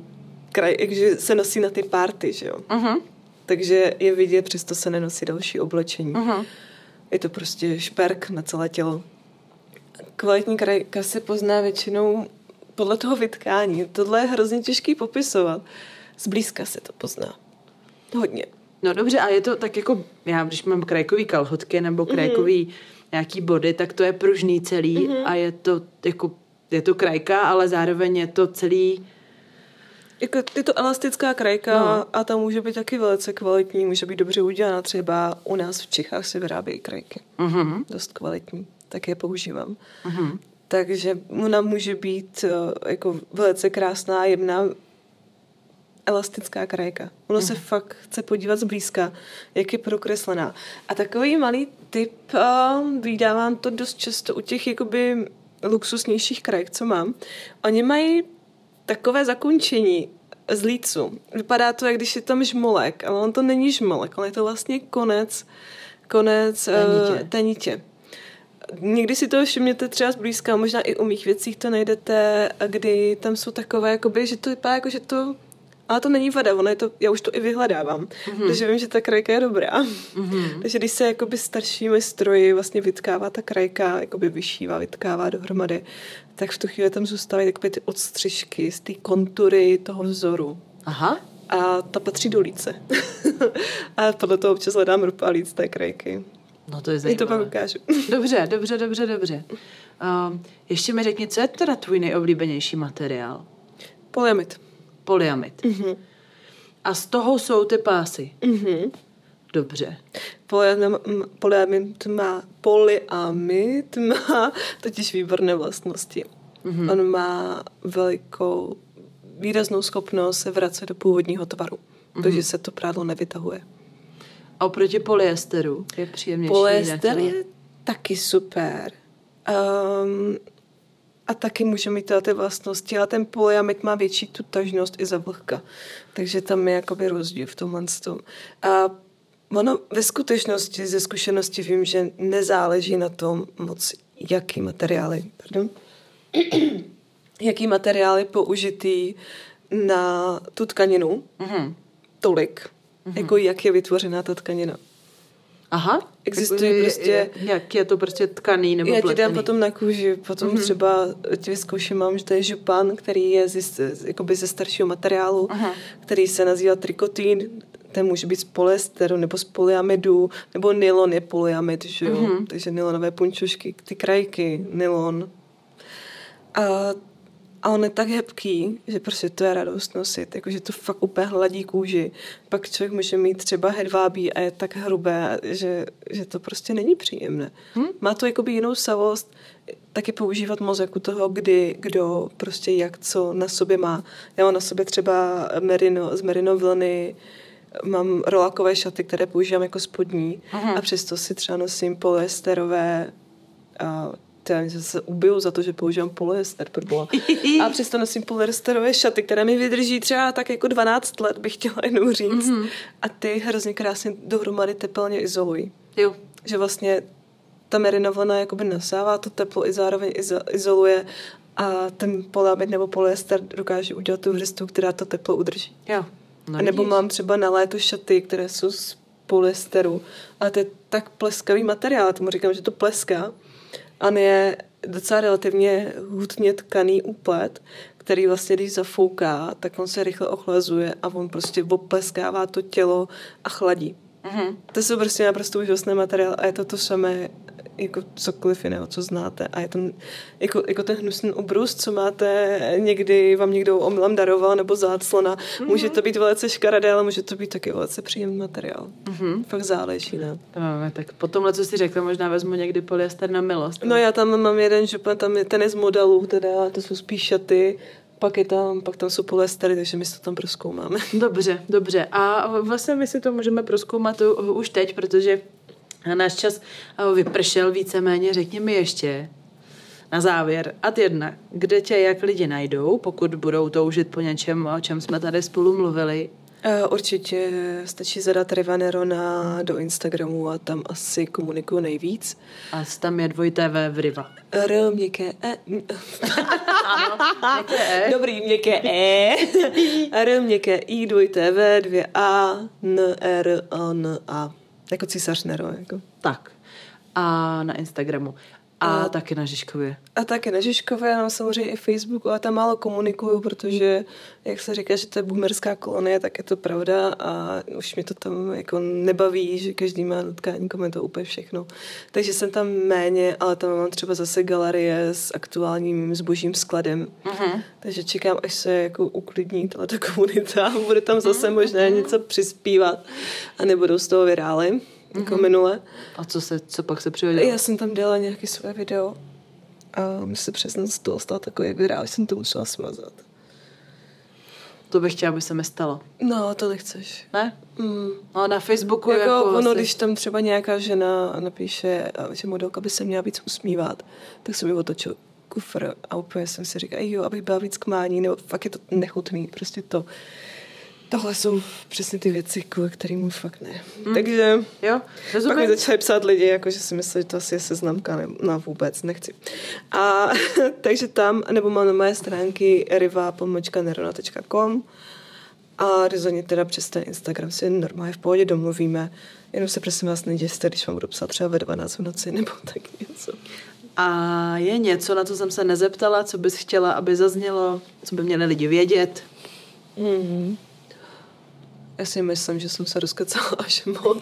že se nosí na ty párty, že jo. Takže je vidět, přesto se nenosí další oblečení. Je to prostě šperk na celé tělo. Kvalitní krajka se pozná většinou podle toho vytkání. Tohle je hrozně těžký popisovat. Zblízka se to pozná. Hodně. No dobře, a je to tak jako, já když mám krajkový kalhotky nebo krajkový nějaký body, tak to je pružný celý a je to jako, je to krajka, ale zároveň je to celý... Jako, je to elastická krajka a ta může být taky velice kvalitní, může být dobře udělána. Třeba u nás v Čechách se vyrábějí krajky. Dost kvalitní, tak je používám. Takže ona může být jako velice krásná, jemná, elastická krajka. Ono se fakt chce podívat zblízka, jak je prokreslená. A takový malý tip, vydávám to dost často u těch jakoby luxusnějších krajek, co mám. Oni mají takové zakončení z lícu. Vypadá to, jak když je tam žmolek, ale on to není žmolek, ale je to vlastně konec té nitě. Někdy si to všimněte třeba zblízka, možná i u mých věcí to najdete, kdy tam jsou takové, jakoby, že to vypadá jako, že to... Ale to není vada, ono je to, já už to i vyhledávám, takže vím, že ta krajka je dobrá. Takže když se jakoby staršími stroji vlastně vytkává ta krajka, jakoby vyšívá, vytkává dohromady, tak v tu chvíli tam zůstávají takové ty odstřižky z té kontury toho vzoru. Aha. A ta patří do líce. A podle toho občas hledám rupalíc té krajky. No to je I to zajímavé. pak ukážu. Dobře. Ještě mi řekni, co je teda tvůj nejoblíbenější materiál? Polyamid. Polyamid. Mhm. A z toho jsou ty pásy. Mhm. Dobře. Polyamid má totiž výborné vlastnosti. Mhm. On má velikou, výraznou schopnost se vracet do původního tvaru. Takže se to prádlo nevytahuje. A oproti polyesteru je příjemnější. Polyester je taky super. A taky může mít ty vlastnosti, ale ten polyamid má větší tu tažnost i za vlhka. Takže tam je jakoby rozdíl v tomhle tom. A ono ve skutečnosti, ze zkušenosti vím, že nezáleží na tom moc, jaký materiál je použitý na tu tkaninu, tolik, jako jak je vytvořená ta tkanina. Aha. Existuje prostě... Jak je to prostě tkaný nebo já pletený? ti dám potom na kůži, potom třeba ti vyzkouším, mám, že to je župan, který je jakoby ze staršího materiálu, který se nazývá trikotín, ten může být z polyesteru nebo z polyamidu, nebo nylon je polyamid, že jo? Takže nylonové punčušky, ty krajky, nylon. A on je tak hebký, že prostě to je radost nosit, jakože to fakt úplně hladí kůži. Pak člověk může mít třeba hedvábí a je tak hrubé, že to prostě není příjemné. Má to jakoby jinou savost, taky používat mozek u toho, kdo prostě jak co na sobě má. Já mám na sobě třeba z merino vlny, mám rolakové šaty, které používám jako spodní a přesto si třeba nosím polyesterové já se ubiju za to, že používám polyester, proboha. A přesto nosím polyesterové šaty, které mi vydrží třeba tak jako 12 let, bych chtěla jenom říct. A ty hrozně krásně dohromady tepelně izolují. Jo. Že vlastně ta merinovlna jakoby nasává to teplo i zároveň izoluje a ten polyamid nebo polyester dokáže udělat tu vrstvu, která to teplo udrží. Jo. No, a nebo mám třeba na léto šaty, které jsou z polyesteru. Ale to je tak pleskavý materiál, tomu říkám, že to pleská. On je docela relativně hutně tkaný úplet, který vlastně, když zafouká, tak on se rychle ochlazuje a on prostě opleskává to tělo a chladí. To jsou prostě naprosto úžasný materiál a je to samé jako cokoliv jiného, co znáte. A je to jako ten hnusný ubrus, co máte někdy, vám někdo omylem daroval nebo záclona. Může to být velice škaredé, ale může to být taky velice příjemný materiál. Fakt záleží, ne? Tak po tomhle, co jsi řekla, možná vezmu někdy polyester na milost. No já tam mám jeden župan, ten je z modelů, teda to jsou spíš šaty, pak tam jsou polyestery, takže my to tam prozkoumáme. Dobře. A vlastně my si to můžeme prozkoumat už teď, protože náš čas vypršel víceméně. Řekni mi ještě na závěr, ad jedna, kde tě jak lidi najdou, pokud budou toužit po něčem, o čem jsme tady spolu mluvili? Určitě stačí zadat Riva Nerona do Instagramu a tam asi komunikuju nejvíc. A tam je 2TV v Riva. R, měkké E. Ano, měkké E. Dobrý, měkké E. R, měkké I, 2TV, 2A, N, R, A, N, A. Jako císař Nero. Jako. Tak. A na Instagramu. A taky na Žižkově. A taky na Žižkově, já mám samozřejmě i Facebooku, a tam málo komunikuju, protože, jak se říká, že to je boomerská kolonie, tak je to pravda a už mě to tam jako nebaví, že každý má nutkání komentovat úplně všechno. Takže jsem tam méně, ale tam mám třeba zase galerie s aktuálním zbožím skladem. Takže čekám, až se jako uklidní tato komunita a bude tam zase možná něco přispívat a nebudou z toho virály. Jako minule. A co pak se přihodilo? Já jsem tam dělala nějaké své video a mi se přesně z toho stalo takový virál, že jsem to musela smazat. To bych chtěla, aby se mi stalo. No, to nechceš. Ne? No, na Facebooku jako ono, asi... když tam třeba nějaká žena napíše, že modelka by se měla víc usmívat, tak se mi otočil kufr a úplně jsem si říkala, jo, abych byla víc k mání, nebo fakt je to nechutný, prostě to. Tohle jsou přesně ty věci, kvůli kterým fakt ne. Takže jo, pak mi začali psát lidi, jako, že si mysleli, že to asi je seznamka, no vůbec, nechci. A takže tam, nebo mám na mé stránky riva.nerona.com a rozhodně teda přes ten Instagram si normálně v pohodě domluvíme. Jenom se prosím vás neděste, když vám budu psát třeba ve 12 v noci nebo tak něco. A je něco, na co jsem se nezeptala, co bys chtěla, aby zaznělo, co by měli lidi vědět? Já si myslím, že jsem se rozkecala až moc.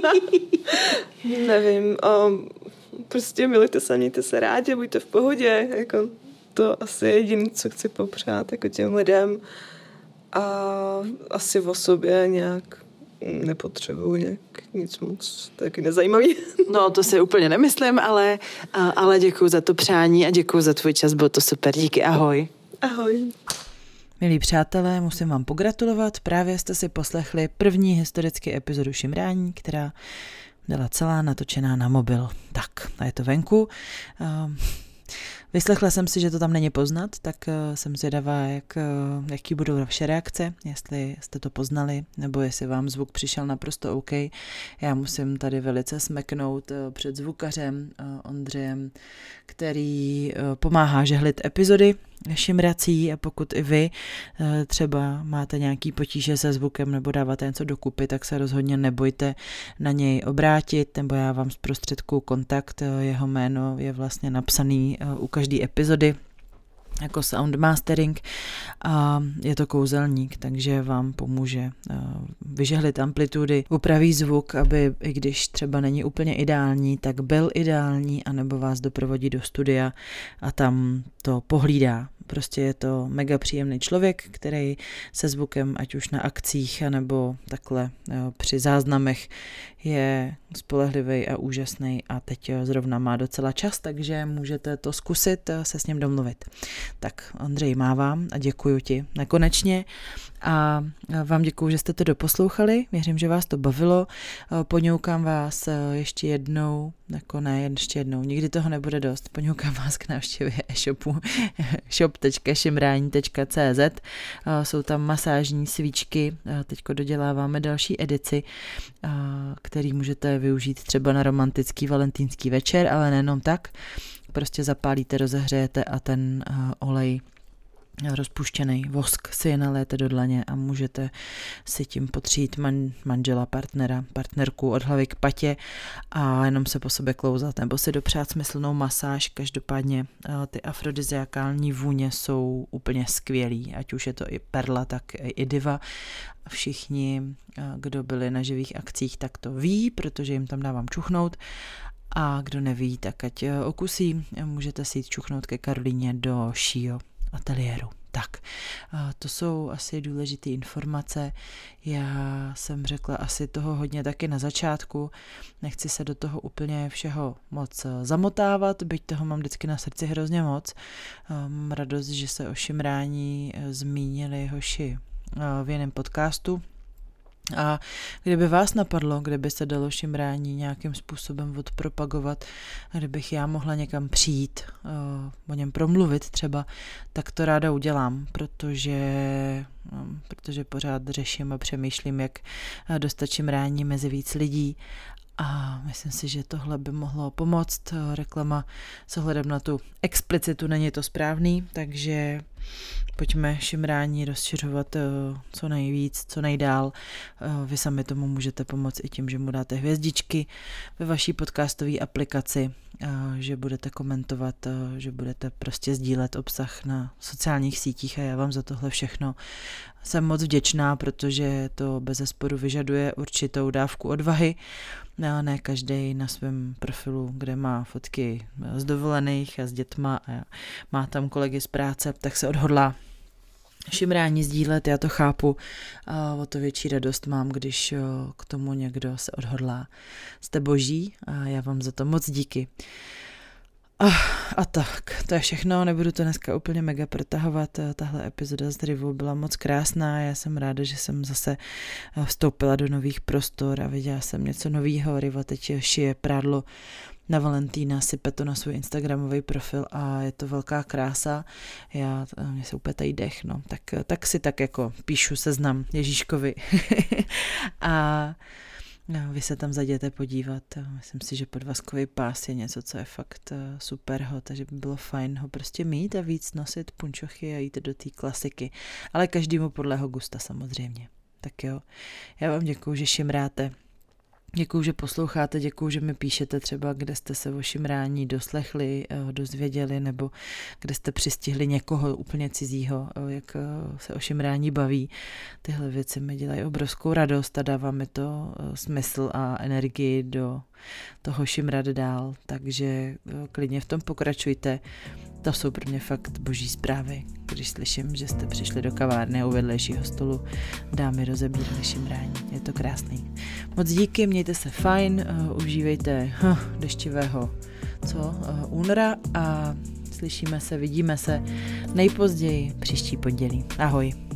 Nevím. Prostě milujte se, mějte se rádi, buďte v pohodě. Jako, to asi je jediné, co chci popřát jako těm lidem. A asi o sobě nějak nepotřebuju nějak nic moc taky nezajímavý. No, to si úplně nemyslím, ale děkuju za to přání a děkuju za tvůj čas, bylo to super. Díky, ahoj. Ahoj. Milí přátelé, musím vám pogratulovat, právě jste si poslechli první historický epizodu Šimrání, která byla celá natočená na mobil. Tak, a je to venku. Vyslechla jsem si, že to tam není poznat, tak jsem zvědavá, jaký budou vaše reakce, jestli jste to poznali, nebo jestli vám zvuk přišel naprosto OK. Já musím tady velice smeknout před zvukařem Ondřejem, který pomáhá žehlit epizody šimrací, a pokud i vy třeba máte nějaký potíže se zvukem nebo dáváte něco dokupy, tak se rozhodně nebojte na něj obrátit, nebo já vám zprostředkuju kontakt, jeho jméno je vlastně napsaný u každé epizody jako sound mastering a je to kouzelník, takže vám pomůže vyžehlit amplitudy, upraví zvuk, aby i když třeba není úplně ideální, tak byl ideální, anebo vás doprovodí do studia a tam to pohlídá. Prostě je to mega příjemný člověk, který se zvukem, ať už na akcích, anebo takhle při záznamech, je spolehlivý a úžasný a teď zrovna má docela čas, takže můžete to zkusit se s ním domluvit. Tak Ondřej, mávám a děkuju ti nekonečně a vám děkuju, že jste to doposlouchali, věřím, že vás to bavilo, poňoukám vás ještě jednou, nikdy toho nebude dost, poňoukám vás k návštěvě e-shopu shop.šimrání.cz, jsou tam masážní svíčky, teďko doděláváme další edici, který můžete využít třeba na romantický valentýnský večer, ale nejenom tak, prostě zapálíte, rozehřejete a ten olej rozpuštěný vosk si je nalijete do dlaně a můžete si tím potřít manžela, partnerku od hlavy k patě a jenom se po sobě klouzat nebo si dopřát smyslnou masáž. Každopádně ty afrodiziakální vůně jsou úplně skvělý, ať už je to i Perla, tak i Diva. Všichni, kdo byli na živých akcích, tak to ví, protože jim tam dávám čuchnout. A kdo neví, tak ať okusí, můžete si jít čuchnout ke Karolíně do Shio ateliéru. Tak, to jsou asi důležité informace. Já jsem řekla asi toho hodně taky na začátku. Nechci se do toho úplně všeho moc zamotávat, byť toho mám vždycky na srdci hrozně moc. Mám radost, že se o šimrání zmínili hoši v jiném podcastu. A kdyby vás napadlo, kdyby se dalo šimrání nějakým způsobem odpropagovat, kdybych já mohla někam přijít, o něm promluvit třeba, tak to ráda udělám, protože pořád řeším a přemýšlím, jak dostat šimrání mezi víc lidí. A myslím si, že tohle by mohlo pomoct. Reklama s ohledem na tu explicitu není to správný, takže pojďme šimrání rozšiřovat co nejvíc, co nejdál. Vy sami tomu můžete pomoct i tím, že mu dáte hvězdičky ve vaší podcastové aplikaci, že budete komentovat, že budete prostě sdílet obsah na sociálních sítích a já vám za tohle všechno jsem moc vděčná, protože to bezesporu vyžaduje určitou dávku odvahy. Ne každý na svém profilu, kde má fotky z dovolených a s dětma a má tam kolegy z práce, tak se odhodlá šimrání sdílet, já to chápu a o to větší radost mám, když k tomu někdo se odhodlá. Jste boží a já vám za to moc díky. A tak, to je všechno, nebudu to dneska úplně mega protahovat, tahle epizoda s Rivou byla moc krásná, já jsem ráda, že jsem zase vstoupila do nových prostor a viděla jsem něco novýho. Riva teď šije prádlo na Valentína, sype to na svůj instagramový profil a je to velká krása, mě se úplně tady dech, no, tak si tak jako píšu seznam Ježíškovi a vy se tam zajděte podívat. Myslím si, že podvazkový pás je něco, co je fakt super, takže by bylo fajn ho prostě mít a víc nosit punčochy a jít do té klasiky. Ale každému podle jeho gusta samozřejmě. Tak jo, já vám děkuju, že šimráte. Děkuju, že posloucháte, děkuju, že mi píšete třeba, kde jste se o šimrání doslechli, dozvěděli, nebo kde jste přistihli někoho úplně cizího, jak se o šimrání baví. Tyhle věci mi dělají obrovskou radost a dává mi to smysl a energii do toho šimrat dál, takže klidně v tom pokračujte. To jsou pro mě fakt boží zprávy, když slyším, že jste přišli do kavárny a u vedlejšího stolu dámy rozebírali šimrání. Je to krásný. Moc díky, mějte se fajn, užívejte deštivého února a slyšíme se, vidíme se nejpozději příští pondělí. Ahoj.